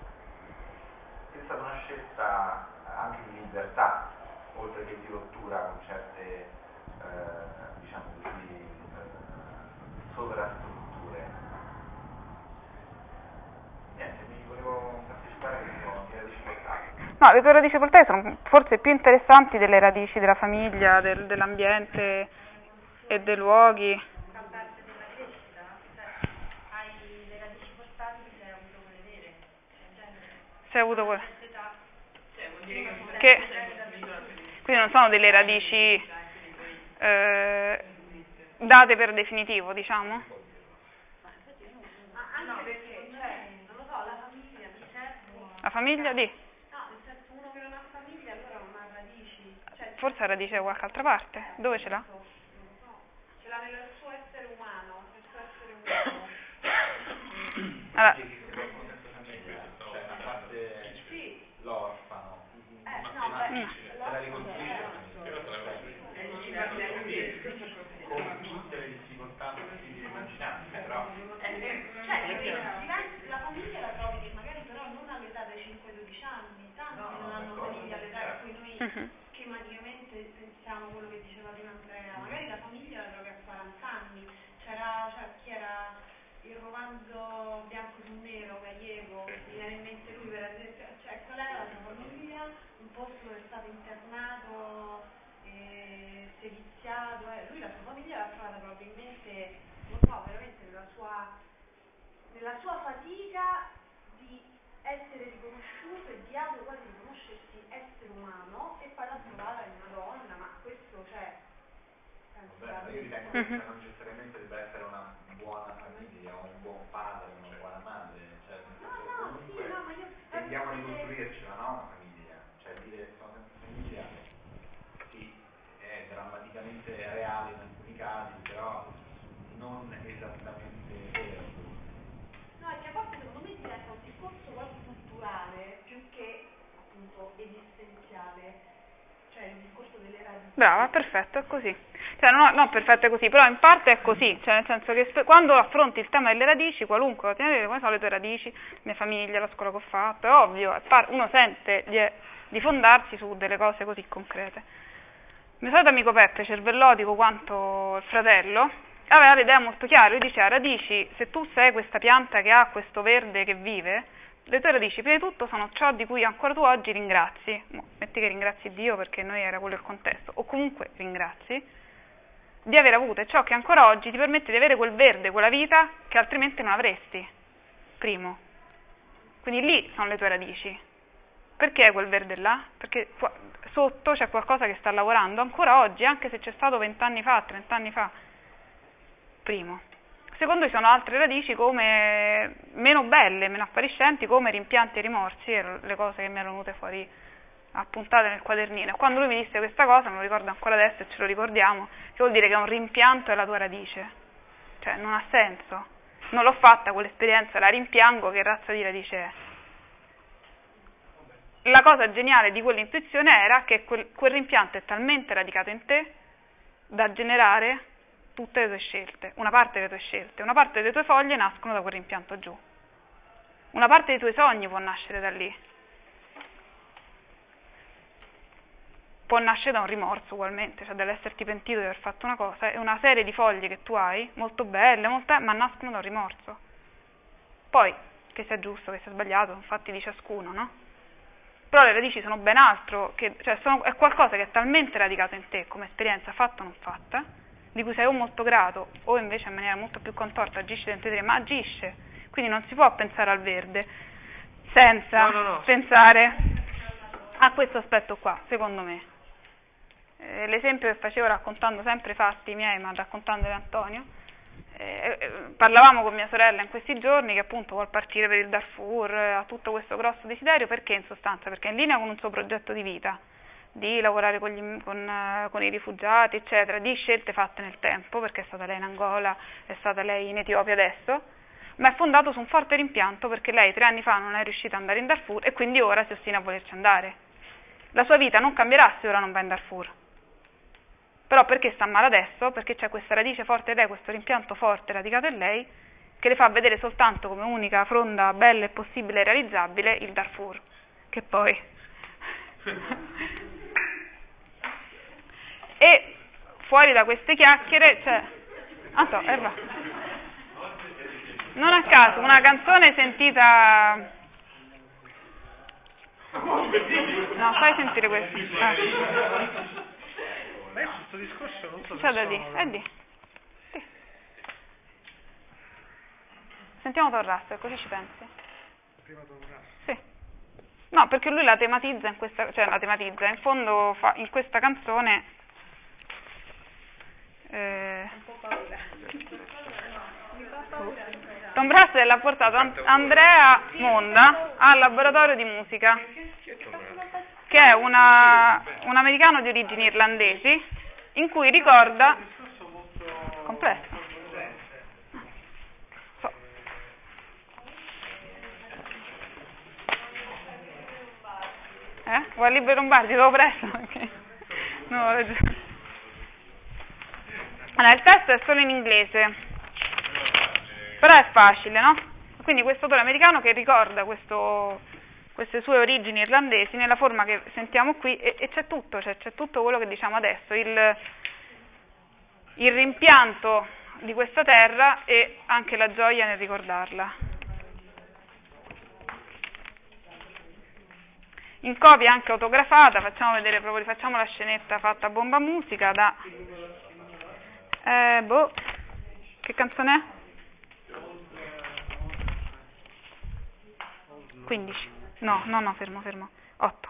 È stata una scelta anche di libertà, oltre che di rottura con certe, eh, diciamo così, eh, sovrastrutture. Niente, mi volevo partecipare alle mie radici portatili. No, le tue radici portate sono forse più interessanti delle radici della famiglia, del, dell'ambiente. e dei luoghi. Fa parte della crescita, cioè hai le radici portabili se hai avuto quelle vere, cioè Se hai avuto que- età, che quindi non sono delle radici eh, date per definitivo, diciamo. ma anche perché, cioè, non lo so, la famiglia di certo, La famiglia di? no, nel senso uno che non ha famiglia allora non ha radici, cioè Forse ha radice da qualche altra parte. Dove ce l'ha? non lo so, ce l'ha nel suo essere umano, nel suo essere umano. Allora, Cioè una parte Sì, l'orfano, eh, no, beh, no. se la ricostruisce con tutte le difficoltà possibili e immaginabili, però cioè, diventi- la famiglia la trovi magari però non all'età dei cinque dodici anni, tanti No, no, non hanno d'accordo, famiglia all'età certo. a cui noi Mhm. schematicamente pensiamo quello che diceva prima Andrea, magari la famiglia la trovi a quaranta anni, c'era, cioè, chi era il romanzo bianco su nero, Gallego, mi viene in mente lui per esempio, cioè qual era la sua famiglia, un posto dove è stato internato, eh, seviziato, eh. Lui la sua famiglia l'ha trovata probabilmente, non so, veramente nella sua, nella sua fatica di essere riconosciuto e di auto quasi riconoscersi essere umano e poi l'ha trovata in una donna, ma questo cioè penso vabbè, io ritengo Mhm. che non necessariamente debba essere una buona famiglia, o un buon padre, una buona madre, cioè nel no, senso che no, comunque sì, no, ma io tendiamo a penso che ricostruircela, no? Una famiglia, cioè dire che sono senza famiglia, sì, è drammaticamente reale in alcuni casi, però non esattamente vero. no, è che a volte secondo me diventa un discorso quasi culturale più che appunto esistenziale, cioè il discorso delle radici. Brava, perfetto, è così. Cioè, no, no, perfetto è così, però in parte è così, cioè nel senso che sp- quando affronti il tema delle radici, qualunque, ti vedere quali sono le tue radici, mia famiglia, la scuola che ho fatto, è ovvio, è par- uno sente di, di fondarsi su delle cose così concrete. Il mio solito amico Peppe, cervellotico quanto il fratello, aveva l'idea molto chiara, lui diceva, radici, se tu sei questa pianta che ha questo verde che vive, le tue radici prima di tutto sono ciò di cui ancora tu oggi ringrazi, no, metti che ringrazi Dio perché noi era quello il contesto, o comunque ringrazi, di aver avuto ciò che ancora oggi ti permette di avere quel verde, quella vita che altrimenti non avresti, primo. Quindi lì sono le tue radici. Perché quel verde là? Perché qua, sotto c'è qualcosa che sta lavorando ancora oggi, anche se c'è stato vent'anni fa, trent'anni fa. Primo. Secondo ci sono altre radici come meno belle, meno appariscenti, come rimpianti e rimorsi, erano le cose che mi erano venute fuori appuntate nel quadernino. E quando lui mi disse questa cosa, me lo ricordo ancora adesso e ce lo ricordiamo, che vuol dire che un rimpianto è la tua radice. Cioè, non ha senso. Non l'ho fatta quell'esperienza, la rimpiango, che razza di radice è? La cosa geniale di quell'intuizione era che quel, quel rimpianto è talmente radicato in te da generare tutte le tue scelte, una parte delle tue scelte, una parte delle tue foglie nascono da quel rimpianto giù, una parte dei tuoi sogni può nascere da lì, può nascere da un rimorso ugualmente, cioè dall'esserti pentito di aver fatto una cosa, e una serie di foglie che tu hai, molto belle, molte, ma nascono da un rimorso. Poi, che sia giusto, che sia sbagliato, sono fatti di ciascuno, no? Però le radici sono ben altro, che, cioè sono, è qualcosa che è talmente radicato in te, come esperienza fatta o non fatta, di cui sei o molto grato, o invece in maniera molto più contorta agisce dentro di te, ma agisce. Quindi non si può pensare al verde senza no, no, no. pensare a questo aspetto qua, secondo me. Eh, l'esempio che facevo raccontando sempre i fatti miei, ma raccontandoli a Antonio, eh, eh, parlavamo con mia sorella in questi giorni che appunto vuol partire per il Darfur, eh, ha tutto questo grosso desiderio, perché in sostanza? Perché è in linea con un suo progetto di vita, di lavorare con, gli, con, uh, con i rifugiati, eccetera, di scelte fatte nel tempo, perché è stata lei in Angola, è stata lei in Etiopia adesso, ma è fondato su un forte rimpianto perché lei tre anni fa non è riuscita ad andare in Darfur e quindi ora si ostina a volerci andare. La sua vita non cambierà se ora non va in Darfur. Però perché sta male adesso? Perché c'è questa radice forte in lei, questo rimpianto forte radicato in lei, che le fa vedere soltanto come unica fronda bella e possibile e realizzabile il Darfur, che poi... E fuori da queste chiacchiere c'è... Ah, so, eh, va. Non a caso, una canzone sentita... No, fai sentire questo. Eh. Ma io su questo discorso non so se C'è da sono... dire, eh di. Sì. Sentiamo Tom Russell, così ci pensi? Prima Tom Russell. Sì. No, perché lui la tematizza in questa, cioè la tematizza, in fondo fa, in questa canzone eh, Un po' paura. Mi fa paura. Tom Russell ha portato An- Andrea Monda al laboratorio di musica, che è una, un americano di origini irlandesi, in cui ricorda... Complesso. So. Eh? Vuoi Libero Lombardi? Devo presto? Perché... No, allora, il testo è solo in inglese, però è facile, no? Quindi questo autore americano che ricorda questo, queste sue origini irlandesi nella forma che sentiamo qui, e, e c'è tutto, cioè, c'è tutto quello che diciamo adesso, il, il rimpianto di questa terra e anche la gioia nel ricordarla. In copia anche autografata, facciamo vedere proprio, rifacciamo la scenetta fatta a bomba musica da... Eh, boh, che canzone è? quindici. No, no, no, fermo, fermo. otto.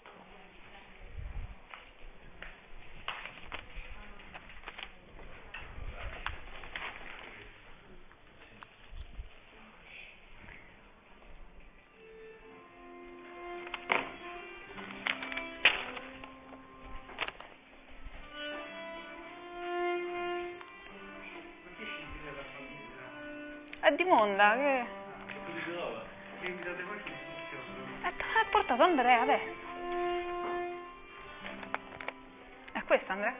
È di Monda, che... E te l'ha portato Andrea adesso. È questo, Andrea?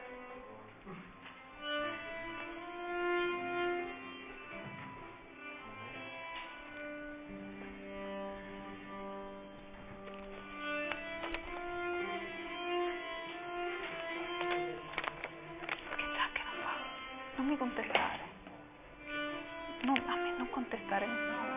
Che giacca non fa? Non mi contestare. Non, a me non contestare nessuno.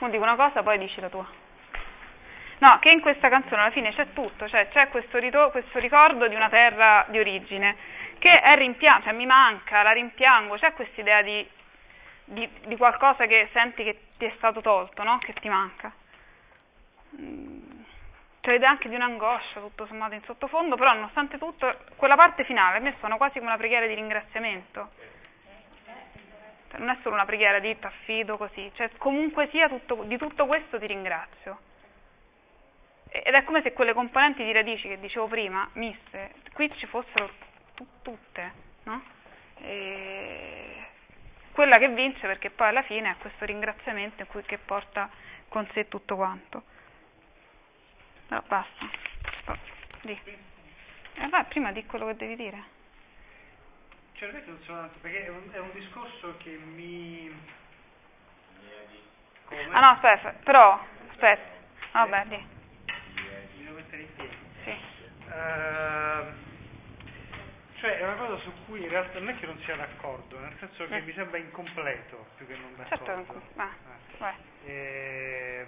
uno dico una cosa, poi dici la tua. No, che in questa canzone alla fine c'è tutto, cioè c'è questo, rito- questo ricordo di una terra di origine, che è rimpianto, cioè mi manca, la rimpiango, c'è questa idea di, di, di qualcosa che senti che ti è stato tolto, no? Che ti manca. C'è l'idea anche di un'angoscia, tutto sommato in sottofondo, però nonostante tutto, quella parte finale a me suona quasi come una preghiera di ringraziamento. Cioè, non è solo una preghiera di t'affido così, cioè comunque sia tutto, di tutto questo ti ringrazio. Ed è come se quelle componenti di radici che dicevo prima, miste, qui ci fossero tu- tutte, no? E quella che vince, perché poi alla fine è questo ringraziamento in cui, che porta con sé tutto quanto. No, basta. Oh, di. Eh, vai, prima di quello che devi dire. Cioè, perché è un, è un discorso che mi... Come? Ah no, aspetta, però, aspetta, vabbè, di. Mi devo mettere in piedi. Sì. Uh, cioè, è una cosa su cui in realtà non è che non sia d'accordo, nel senso che Mm. mi sembra incompleto più che non d'accordo. Certo, va, Eh. vai. E...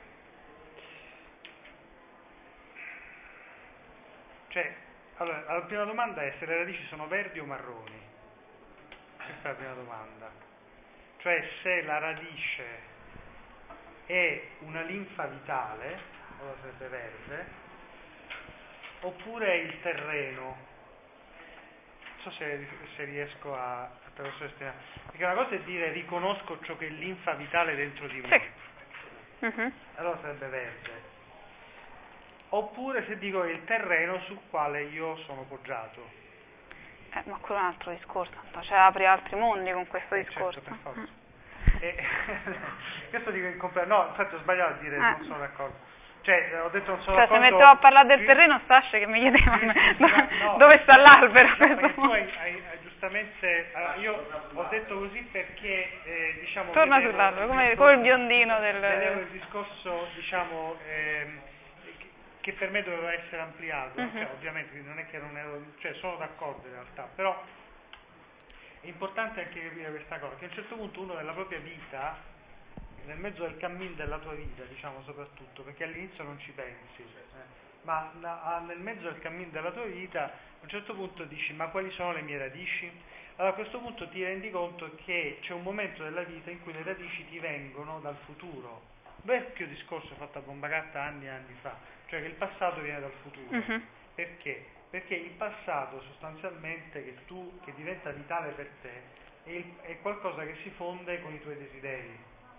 Cioè, allora, la prima domanda è se le radici sono verdi o marroni. Questa è la prima domanda. Cioè, se la radice è una linfa vitale, allora sarebbe verde, oppure è il terreno. Non so se, se riesco a attraverso l'esterno. Perché una cosa è dire riconosco ciò che è linfa vitale dentro di me. Sì. Mhm. Allora sarebbe verde. Oppure se dico è il terreno sul quale io sono poggiato. Eh, ma quello è un altro discorso, cioè apri altri mondi con questo Eh, discorso. certo, per forza. Mm. E, questo dico in completo. No, infatti ho sbagliato a dire Eh. non sono d'accordo. Cioè, ho detto non sono Cioè, se d'accordo. mettevo a parlare del più- terreno, Stascia che mi chiedeva a me, più- dove, no, dove sta l'albero. No, a questo perché tu punto. hai, hai- hai giustamente. Allora, io ho detto così perché eh, diciamo. Torna vedevo sull'albero, il come, discorso- come il biondino del... Vedevo il discorso, diciamo, ehm, che- che per me doveva essere ampliato, Mhm. cioè, ovviamente quindi non è che non ero, cioè sono d'accordo in realtà, però è importante anche capire questa cosa, che a un certo punto uno nella propria vita, nel mezzo del cammin della tua vita, diciamo soprattutto, perché all'inizio non ci pensi, eh, ma na- nel mezzo del cammin della tua vita a un certo punto dici ma quali sono le mie radici? Allora a questo punto ti rendi conto che c'è un momento della vita in cui le radici ti vengono dal futuro. Vecchio discorso fatto a bomba carta anni e anni fa, cioè che il passato viene dal futuro. Mhm. Perché? Perché il passato sostanzialmente che tu, che diventa vitale per te, è, il- è qualcosa che si fonde con i tuoi desideri.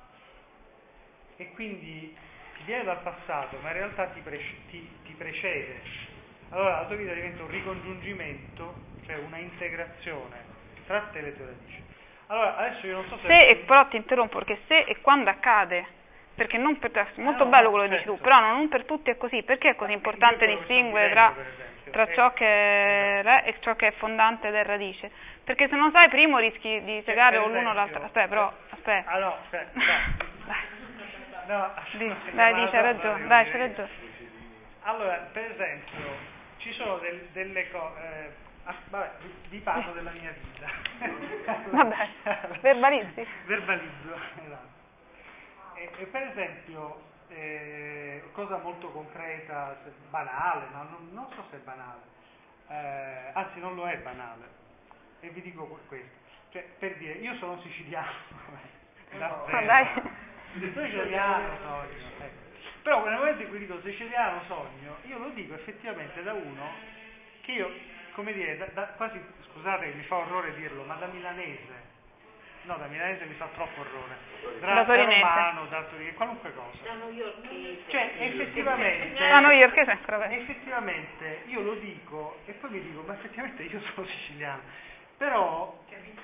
E quindi ti viene dal passato, ma in realtà ti, pre- ti, ti precede. Allora la tua vita diventa un ricongiungimento, cioè una integrazione tra te e le tue radici. Allora, adesso io non so se... Se, e però ti interrompo, perché se e quando accade, perché non per te, è molto no, bello no, quello che dici certo. tu, però non per tutti è così, perché è così importante Io quello che sto distinguere dicendo, tra, per esempio, tra è- ciò che è re e ciò che è fondante del radice? Perché se non sai primo rischi di segare per o l'uno o l'altro. esempio- Aspetta, però, aspetta. Ah no, aspetta, Dai. no, Di, aspetta, dai, ma di, c'hai no, ragione, no, dai, devo c'hai dire- ragione. Allora, per esempio, ci sono del- delle cose... vabbè, vi, vi parlo della mia vita. Vabbè, verbalizzi. Verbalizzo, esatto. E, e per esempio, eh, cosa molto concreta, se- banale, ma non, non so se è banale, eh, anzi non lo è banale, e vi dico que- questo. Cioè, per dire, io sono siciliano, da Ma zero. dai. Siciliano sogno, ecco. Però nel momento in cui dico siciliano sogno, io lo dico effettivamente da uno che io, come dire, da, da, quasi, scusate mi fa orrore dirlo, ma da milanese, no da milanese mi fa troppo orrore, da, Da da torinese. romano, da torinese, qualunque cosa. Da New York. Cioè effettivamente, Ah, no, io perché sempre peggio. effettivamente io lo dico e poi mi dico, ma effettivamente io sono siciliano, però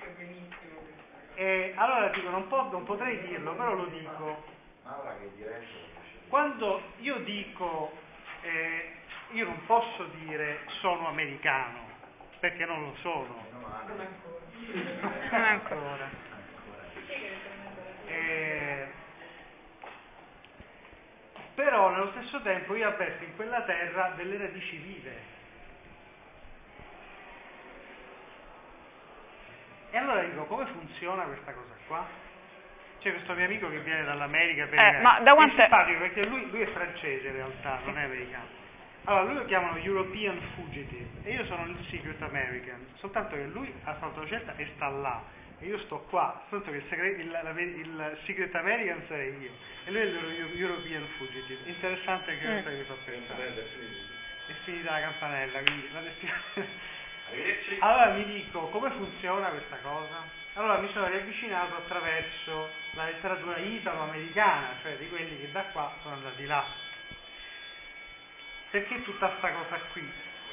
eh, allora dico non, po- non potrei dirlo, però lo dico. Maura che è diretto. Quando io dico, eh, io non posso dire sono americano, perché non lo sono. Non ancora. Eh, però nello stesso tempo io avverto in quella terra delle radici vive. E allora dico, come funziona questa cosa qua? C'è questo mio amico che viene dall'America per Eh, ma da quanto è simpatico perché lui, lui è francese in realtà, non è americano. Allora, lui lo chiamano European Fugitive e io sono il Secret American, soltanto che lui ha fatto la scelta e sta là e io sto qua, soltanto che il, segre- il, la- il Secret American sarei io e lui è il European Fugitive. Interessante anche questa che mi fa pensare. È finita la campanella, quindi la destinazione. Arrivederci. Allora mi dico, come funziona questa cosa? Allora mi sono riavvicinato attraverso la letteratura italo-americana, cioè di quelli che da qua sono andati là. Perché tutta questa cosa qui?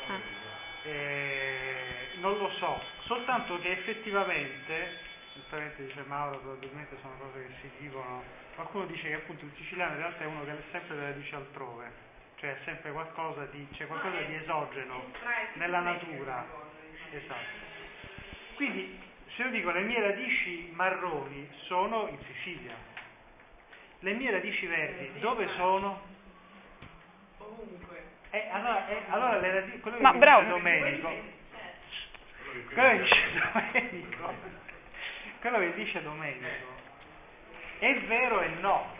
Eh, non lo so, soltanto che effettivamente, giustamente dice Mauro, probabilmente sono cose che si dicono, qualcuno dice che appunto il siciliano in realtà è uno che è sempre delle radici altrove, cioè è sempre qualcosa di, c'è qualcosa di esogeno nella natura. Esatto. Quindi, se io dico le mie radici marroni sono in Sicilia, le mie radici verdi dove sono? Ovunque. Eh, allora, eh, allora le radici, quello che Ma mi bravo. dice Domenico, quello che dice Domenico, quello che dice Domenico è vero e no,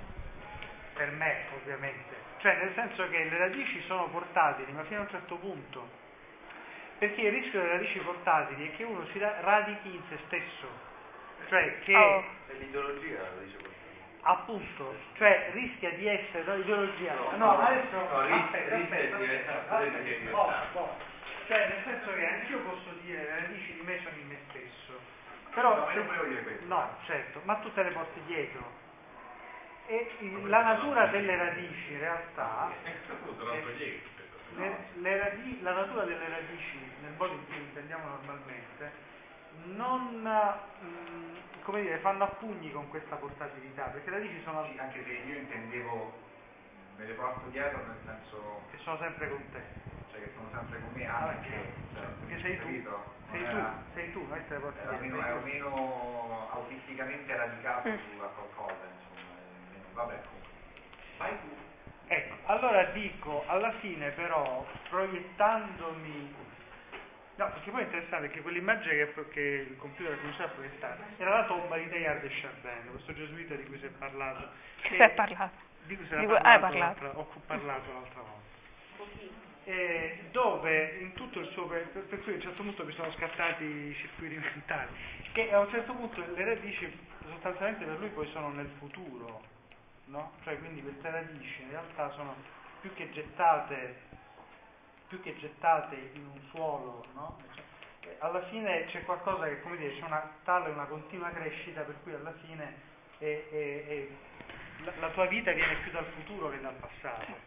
per me ovviamente, cioè nel senso che le radici sono portatili, ma fino a un certo punto. Perché il rischio delle radici portatili è che uno si radichi in se stesso, cioè che Oh. È l'ideologia la radice portatile. appunto, cioè rischia di essere no, l'ideologia. No, No, no, adesso no, rischia- aspetta, rischia aspetta, di diventare aspetta, quello che aspetta, è boh, boh. Cioè nel senso che anch'io posso dire le radici di me sono in me stesso, però No, ma io non volevo dire questo. no, certo, ma tu te le porti dietro. E il- la natura delle radici in realtà è- Le, le radi- la natura delle radici, nel modo in cui intendiamo normalmente, non mh, come dire, fanno a pugni con questa portatilità, perché le radici sono, Sì, anche se io intendevo, me le porto dietro nel senso, che sono sempre con te. cioè che sono sempre con me, Ah, anche, cioè, perché sei tu, capito? sei Non tu, era- sei tu, noi te le porti ero dietro. meno, ero meno autisticamente radicato Mm. su a qualcosa, insomma, e meno- vabbè, comunque. Vai tu. Ecco, allora dico, alla fine però, proiettandomi, no, perché poi è interessante che quell'immagine che, che il computer cominciava a proiettare era la tomba di Teilhard de Chardin, questo gesuita di cui si è parlato. Che che- si è parlato? Di cui si era Di cui- parlato, hai parlato. l'altra- ho parlato l'altra volta. Eh, dove in tutto il suo per, per cui a un certo punto mi sono scattati i circuiti mentali, che a un certo punto le radici sostanzialmente per lui poi sono nel futuro, no? Cioè quindi queste radici in realtà sono più che gettate più che gettate in un suolo, no? Cioè, alla fine c'è qualcosa che, come dire, c'è una tale una continua crescita per cui alla fine è, è, è, la, la tua vita viene più dal futuro che dal passato.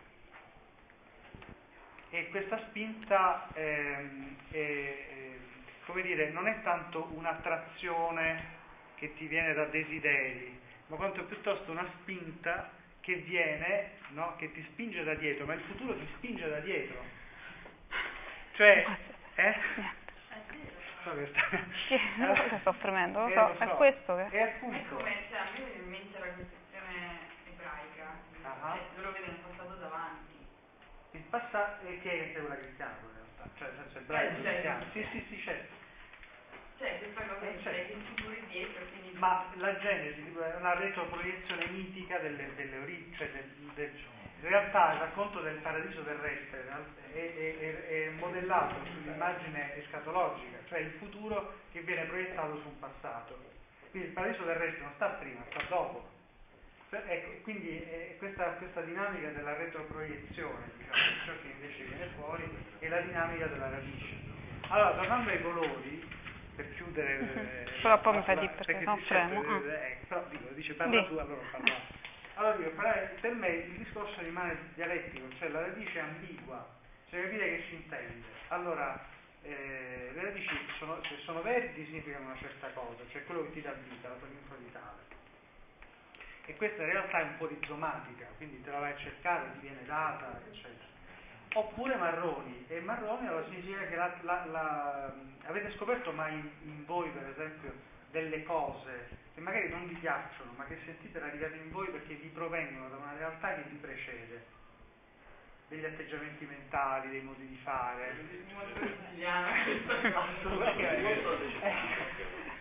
E questa spinta ehm, è, è, come dire, non è tanto un'attrazione che ti viene da desideri, ma quanto piuttosto una spinta che viene, no? Che ti spinge da dietro, ma il futuro ti spinge da dietro. Cioè, eh? So che sta... Sì, non so se sto fremendo, lo Eh, so, lo è so. questo che... E È appunto... come, cioè, a me viene in mente la concezione ebraica, Ah. cioè, loro vedono il passato davanti. Il passato è che è una cristiana in realtà, cioè nel senso ebraico Eh, cioè, cristiano. sì. Sì, sì, sì, certo. Cioè, questa cosa Eh, che certo. c'è che il futuro è dietro, quindi... Ma la Genesi tipo, è una retroproiezione mitica delle, delle origini, cioè del, del, in realtà il racconto del paradiso terrestre è, è, è, è modellato sull'immagine escatologica, cioè il futuro che viene proiettato su un passato. Quindi il paradiso terrestre non sta prima, sta dopo. Per, ecco, quindi è questa, questa dinamica della retroproiezione, diciamo, ciò che invece viene fuori, è la dinamica della radice. Allora, tornando ai colori, per chiudere... eh, Però poi mi la- fai la- dire perché perché no si fremo. sente, Ah. eh, eh, però dico, dice parla Di. tu, allora parla. Allora dico, parlare- per me il discorso rimane dialettico, cioè la radice è ambigua, cioè capire che si intende. Allora, eh, le radici sono, se sono verdi significano una certa cosa, cioè quello che ti dà vita, la tua linfa vitale. E questa in realtà è un po' rizomatica, quindi te la vai a cercare, ti viene data, eccetera. Oppure marroni, e marroni allora significa che la, la, la, avete scoperto mai in, in voi per esempio delle cose che magari non vi piacciono, ma che sentite radicate in voi perché vi provengono da una realtà che vi precede, degli atteggiamenti mentali, dei modi di fare. Il modo siciliano. Assolutamente.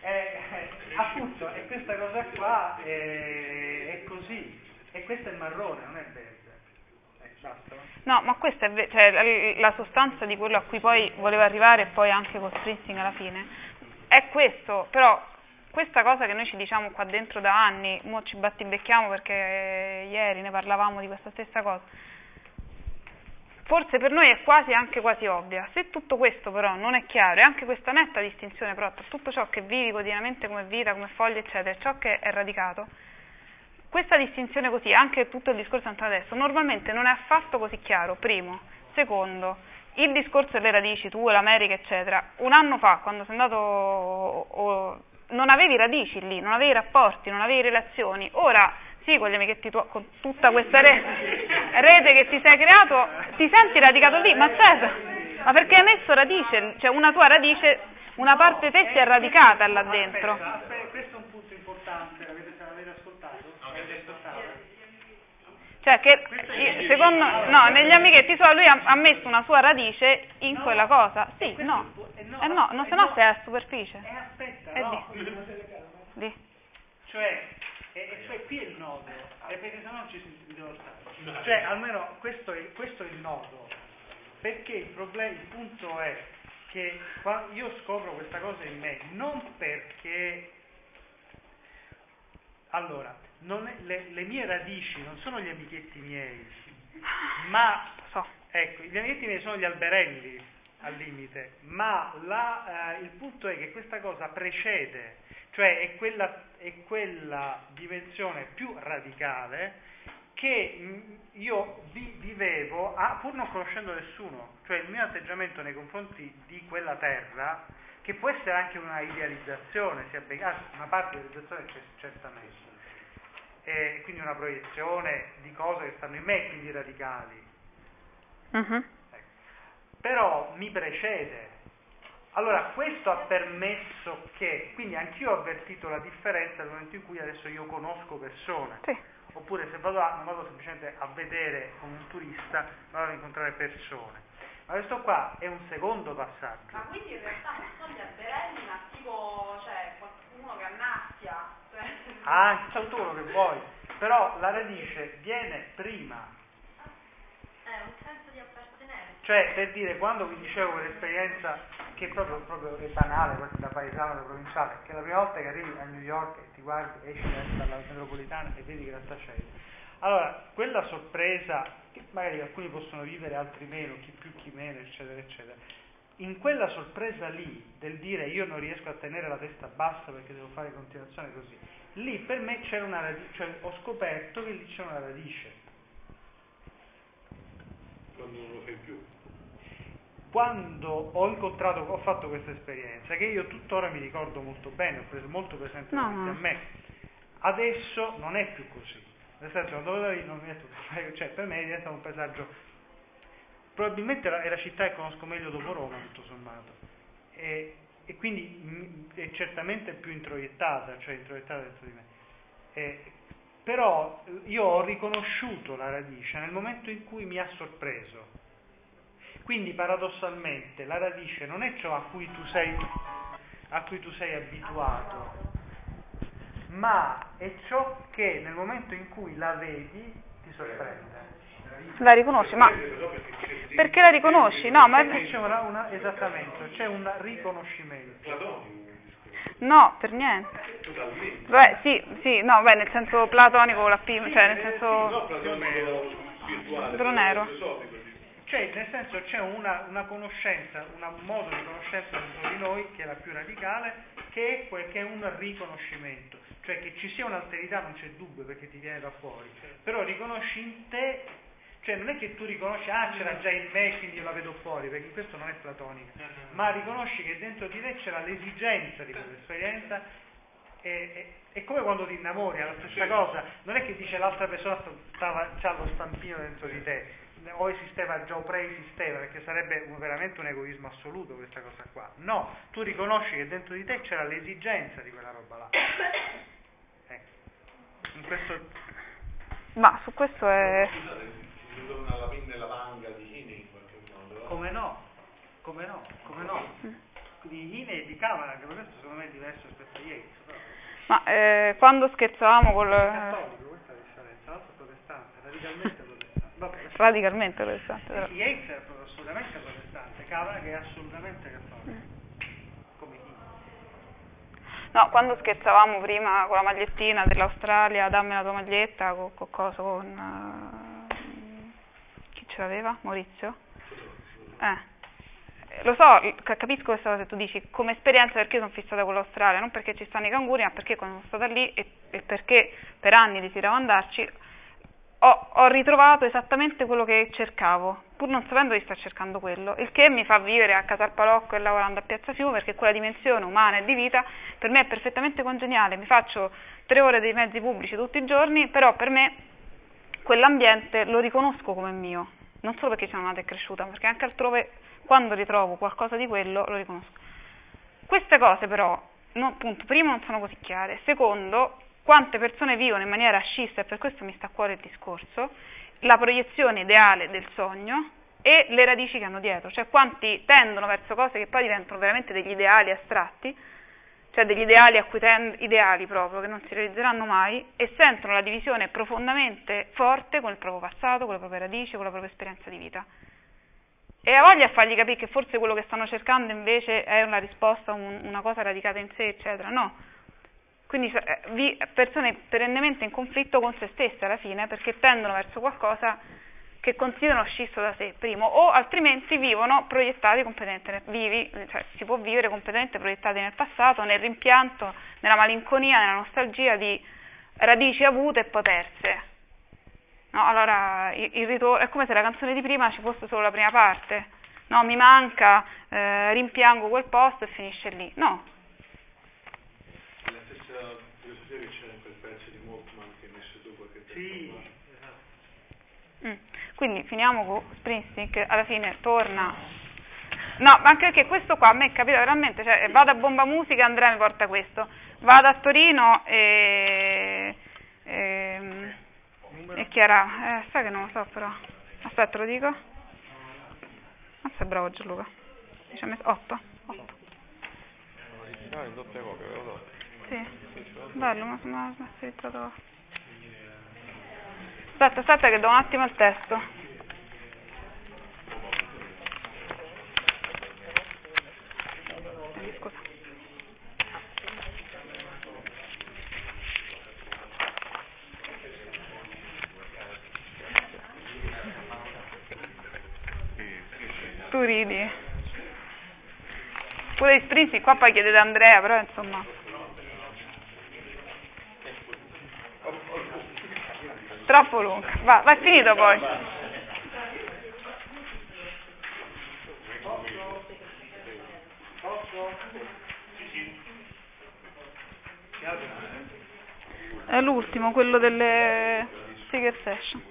eh, eh, appunto, e questa cosa qua è, è così, e questo è marrone, non è verde. Eh, basta. No, ma questa è ve- cioè, la, la sostanza di quello a cui poi voleva arrivare e poi anche con Springsteen alla fine, è questo, però questa cosa che noi ci diciamo qua dentro da anni, mo ci battibecchiamo perché ieri ne parlavamo di questa stessa cosa, forse per noi è quasi anche quasi ovvia. Se tutto questo però non è chiaro, e anche questa netta distinzione però tra tutto ciò che vivi quotidianamente come vita, come foglie eccetera, e ciò che è radicato, questa distinzione così, anche tutto il discorso anche adesso, normalmente non è affatto così chiaro, primo. Secondo, il discorso delle radici, tu, l'America eccetera, un anno fa quando sei andato o, o, non avevi radici lì, non avevi rapporti, non avevi relazioni, ora sì, con gli amichetti tuoi, con tutta questa re- rete che ti sei creato, ti senti radicato lì, ma certo, ma perché hai messo radice, cioè una tua radice, una parte di te si è radicata là dentro. Aspetta, aspetta, questo è un punto importante, l'avete, l'avete ascoltato? L'avete ascoltato? Cioè che, secondo, no, negli amichetti suoi lui ha, ha messo una sua radice in No, quella cosa, sì, questo- no, eh no, eh no, no, se no sei a superficie. E aspetta, Eh, no. Di. Cioè, e, e poi qui è il nodo, e perché sennò ci si devo stare. Cioè, almeno questo è, questo è il nodo, perché il problema, il punto è che qua- io scopro questa cosa in me, non perché, allora, non è- le, le mie radici non sono gli amichetti miei, ma, So. ecco, gli amichetti miei sono gli alberelli, al limite, ma la, eh, il punto è che questa cosa precede, cioè è quella, è quella dimensione più radicale che mh, io vi, vivevo a, pur non conoscendo nessuno, cioè il mio atteggiamento nei confronti di quella terra, che può essere anche una idealizzazione, sia ben- ah, una parte di idealizzazione c'è certamente, e quindi una proiezione di cose che stanno in me, quindi radicali. Mhm. Però mi precede. Allora, questo ha permesso che, quindi anch'io ho avvertito la differenza nel momento in cui adesso io conosco persone, Sì. oppure se vado a, non vado semplicemente a vedere come un turista, vado ad incontrare persone. Ma questo qua è un secondo passaggio. Ma quindi in realtà non sono gli alberelli, ma tipo, cioè, qualcuno che annaffia. Cioè... Anche tutto quello che vuoi, però la radice viene prima. È un senso di appartenenza. Cioè, per dire, quando vi dicevo quell'esperienza che proprio, proprio è banale, questa da paesano, da provinciale, che la prima volta che arrivi a New York e ti guardi, esci dalla metropolitana e vedi i grattacieli. Allora, quella sorpresa, che magari alcuni possono vivere, altri meno, chi più, chi meno, eccetera, eccetera, in quella sorpresa lì, del dire io non riesco a tenere la testa bassa perché devo fare continuazione così, lì per me c'era una radice, cioè ho scoperto che lì c'è una radice. Quando non lo fai più. Quando ho incontrato, ho fatto questa esperienza, che io tuttora mi ricordo molto bene, ho preso molto presente No, davanti no. a me, adesso non è più così, nel senso quando vado lì non mi è tutto, cioè per me è diventato un paesaggio, probabilmente è la città che conosco meglio dopo Roma, tutto sommato, e, e quindi mh, è certamente più introiettata, cioè introiettata dentro di me. E, però io ho riconosciuto la radice nel momento in cui mi ha sorpreso. Quindi paradossalmente la radice non è ciò a cui tu sei, a cui tu sei abituato, ma è ciò che nel momento in cui la vedi ti sorprende. La riconosci, ma perché la riconosci? No, ma Perché c'è una, una, esattamente, c'è un riconoscimento. Platonico. no, per niente. Totalmente. Beh, sì, sì, no, beh, nel senso platonico la P, cioè nel No, senso platonico spirituale. però nero. filosofico. Cioè, nel senso, c'è una, una conoscenza, un modo di conoscenza dentro di noi che è la più radicale, che è, quel, che è un riconoscimento. Cioè che ci sia un'alterità non c'è dubbio perché ti viene da fuori, però riconosci in te, cioè non è che tu riconosci, ah c'era già in me quindi io la vedo fuori, perché questo non è platonico, ma riconosci che dentro di te c'era l'esigenza di quell'esperienza. È, è, è come quando ti innamori, è la stessa cosa, non è che dice l'altra persona stava, c'ha lo stampino dentro di te, o esisteva già o preesisteva, perché sarebbe un, veramente un egoismo assoluto questa cosa qua. No, tu riconosci che dentro di te c'era l'esigenza di quella roba là. Ecco. In questo... Ma su questo è... Scusate, si ritorna alla pinna e la vanga di Cine in qualche modo. Come no? Come no? Come no? di Ine e di Kavanagh, che per questo secondo me è diverso rispetto a Yates. Però. Ma eh, quando scherzavamo col... È cattolico, questa è la differenza, l'altro è protestante, radicalmente protestante. Vabbè, radicalmente protestante. Però. Yates è assolutamente protestante, Kavanagh è assolutamente cattolico. Mm. Come chi? No, quando scherzavamo prima con la magliettina dell'Australia, dammi la tua maglietta, con, con cosa, con... Uh, chi ce l'aveva? Maurizio? Eh. Lo so, capisco questa cosa che tu dici come esperienza, perché sono fissata con l'Australia, non perché ci stanno i canguri, ma perché quando sono stata lì e, e perché per anni desideravo andarci, ho, ho ritrovato esattamente quello che cercavo, pur non sapendo di star cercando quello, il che mi fa vivere a Casalpalocco e lavorando a Piazza Fiume, perché quella dimensione umana e di vita per me è perfettamente congeniale. Mi faccio tre ore dei mezzi pubblici tutti i giorni, però per me quell'ambiente lo riconosco come mio, non solo perché sono nata e cresciuta, ma perché anche altrove, quando ritrovo qualcosa di quello, lo riconosco. Queste cose però, no, appunto, primo non sono così chiare, secondo, quante persone vivono in maniera scissa, e per questo mi sta a cuore il discorso, la proiezione ideale del sogno e le radici che hanno dietro, cioè quanti tendono verso cose che poi diventano veramente degli ideali astratti, cioè degli ideali a cui tend- ideali proprio, che non si realizzeranno mai, e sentono la divisione profondamente forte con il proprio passato, con le proprie radici, con la propria esperienza di vita. E ha voglia a fargli capire che forse quello che stanno cercando invece è una risposta, un, una cosa radicata in sé, eccetera. No. Quindi eh, vi, persone perennemente in conflitto con se stesse alla fine, perché tendono verso qualcosa che considerano scisso da sé, primo, o altrimenti vivono proiettati completamente, vivi, cioè si può vivere completamente proiettati nel passato, nel rimpianto, nella malinconia, nella nostalgia di radici avute e poterse. No, allora il, il ritorno è come se la canzone di prima ci fosse solo la prima parte, no, mi manca, eh, rimpiango quel posto e finisce lì, no. È la stessa filosofia che c'è in quel pezzo di Walkman che hai messo tu qualche tempo Sì, fa. esatto. Mm. Quindi finiamo con Springsteen che alla fine torna, no, ma anche perché questo qua a me capita veramente, cioè vado a Bomba Musica, Andrea mi porta questo, vado a Torino e... e E Chiara, eh, sai che non lo so però. Aspetta, lo dico. Non sei bravo Gianluca. Ci ha messo otto. otto. Originale in doppia copia, ve lo so. Sì. Bello, ma mi ha stilizzato. Aspetta, aspetta che do un attimo il testo. Scusa. Tu ridi. Pure di Springsteen, qua poi chiedete a Andrea, però insomma. Troppo lungo. Va, va finito poi. È l'ultimo, quello delle Secret Session.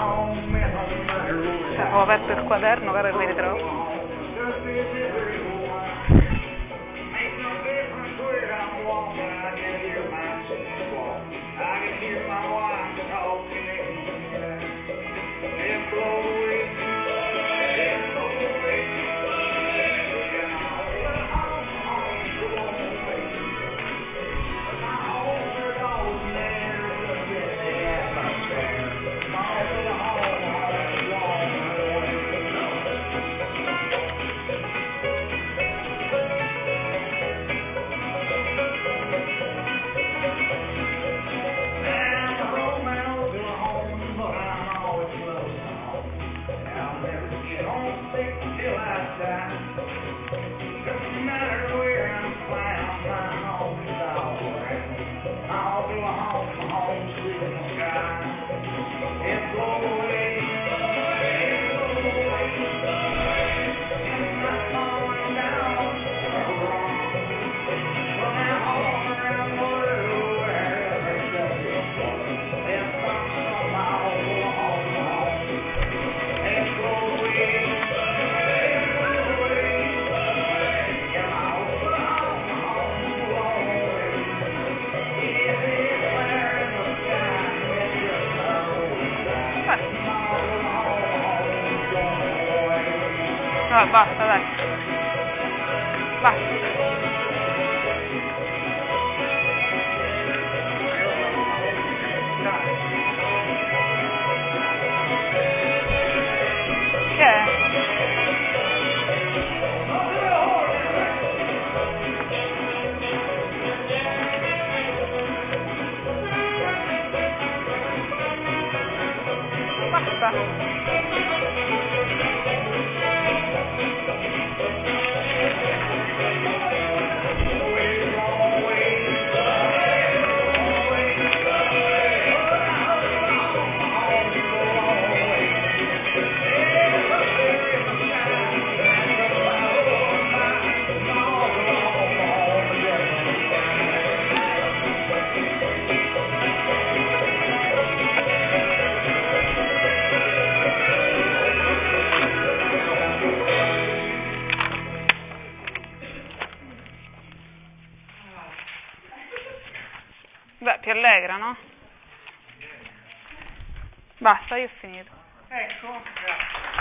Cioè, ho aperto il quaderno, caro il ritrovo. No, basta, dai. Basta. Che è? Basta. Beh, più allegra, no? Basta, io ho finito. Ecco, grazie.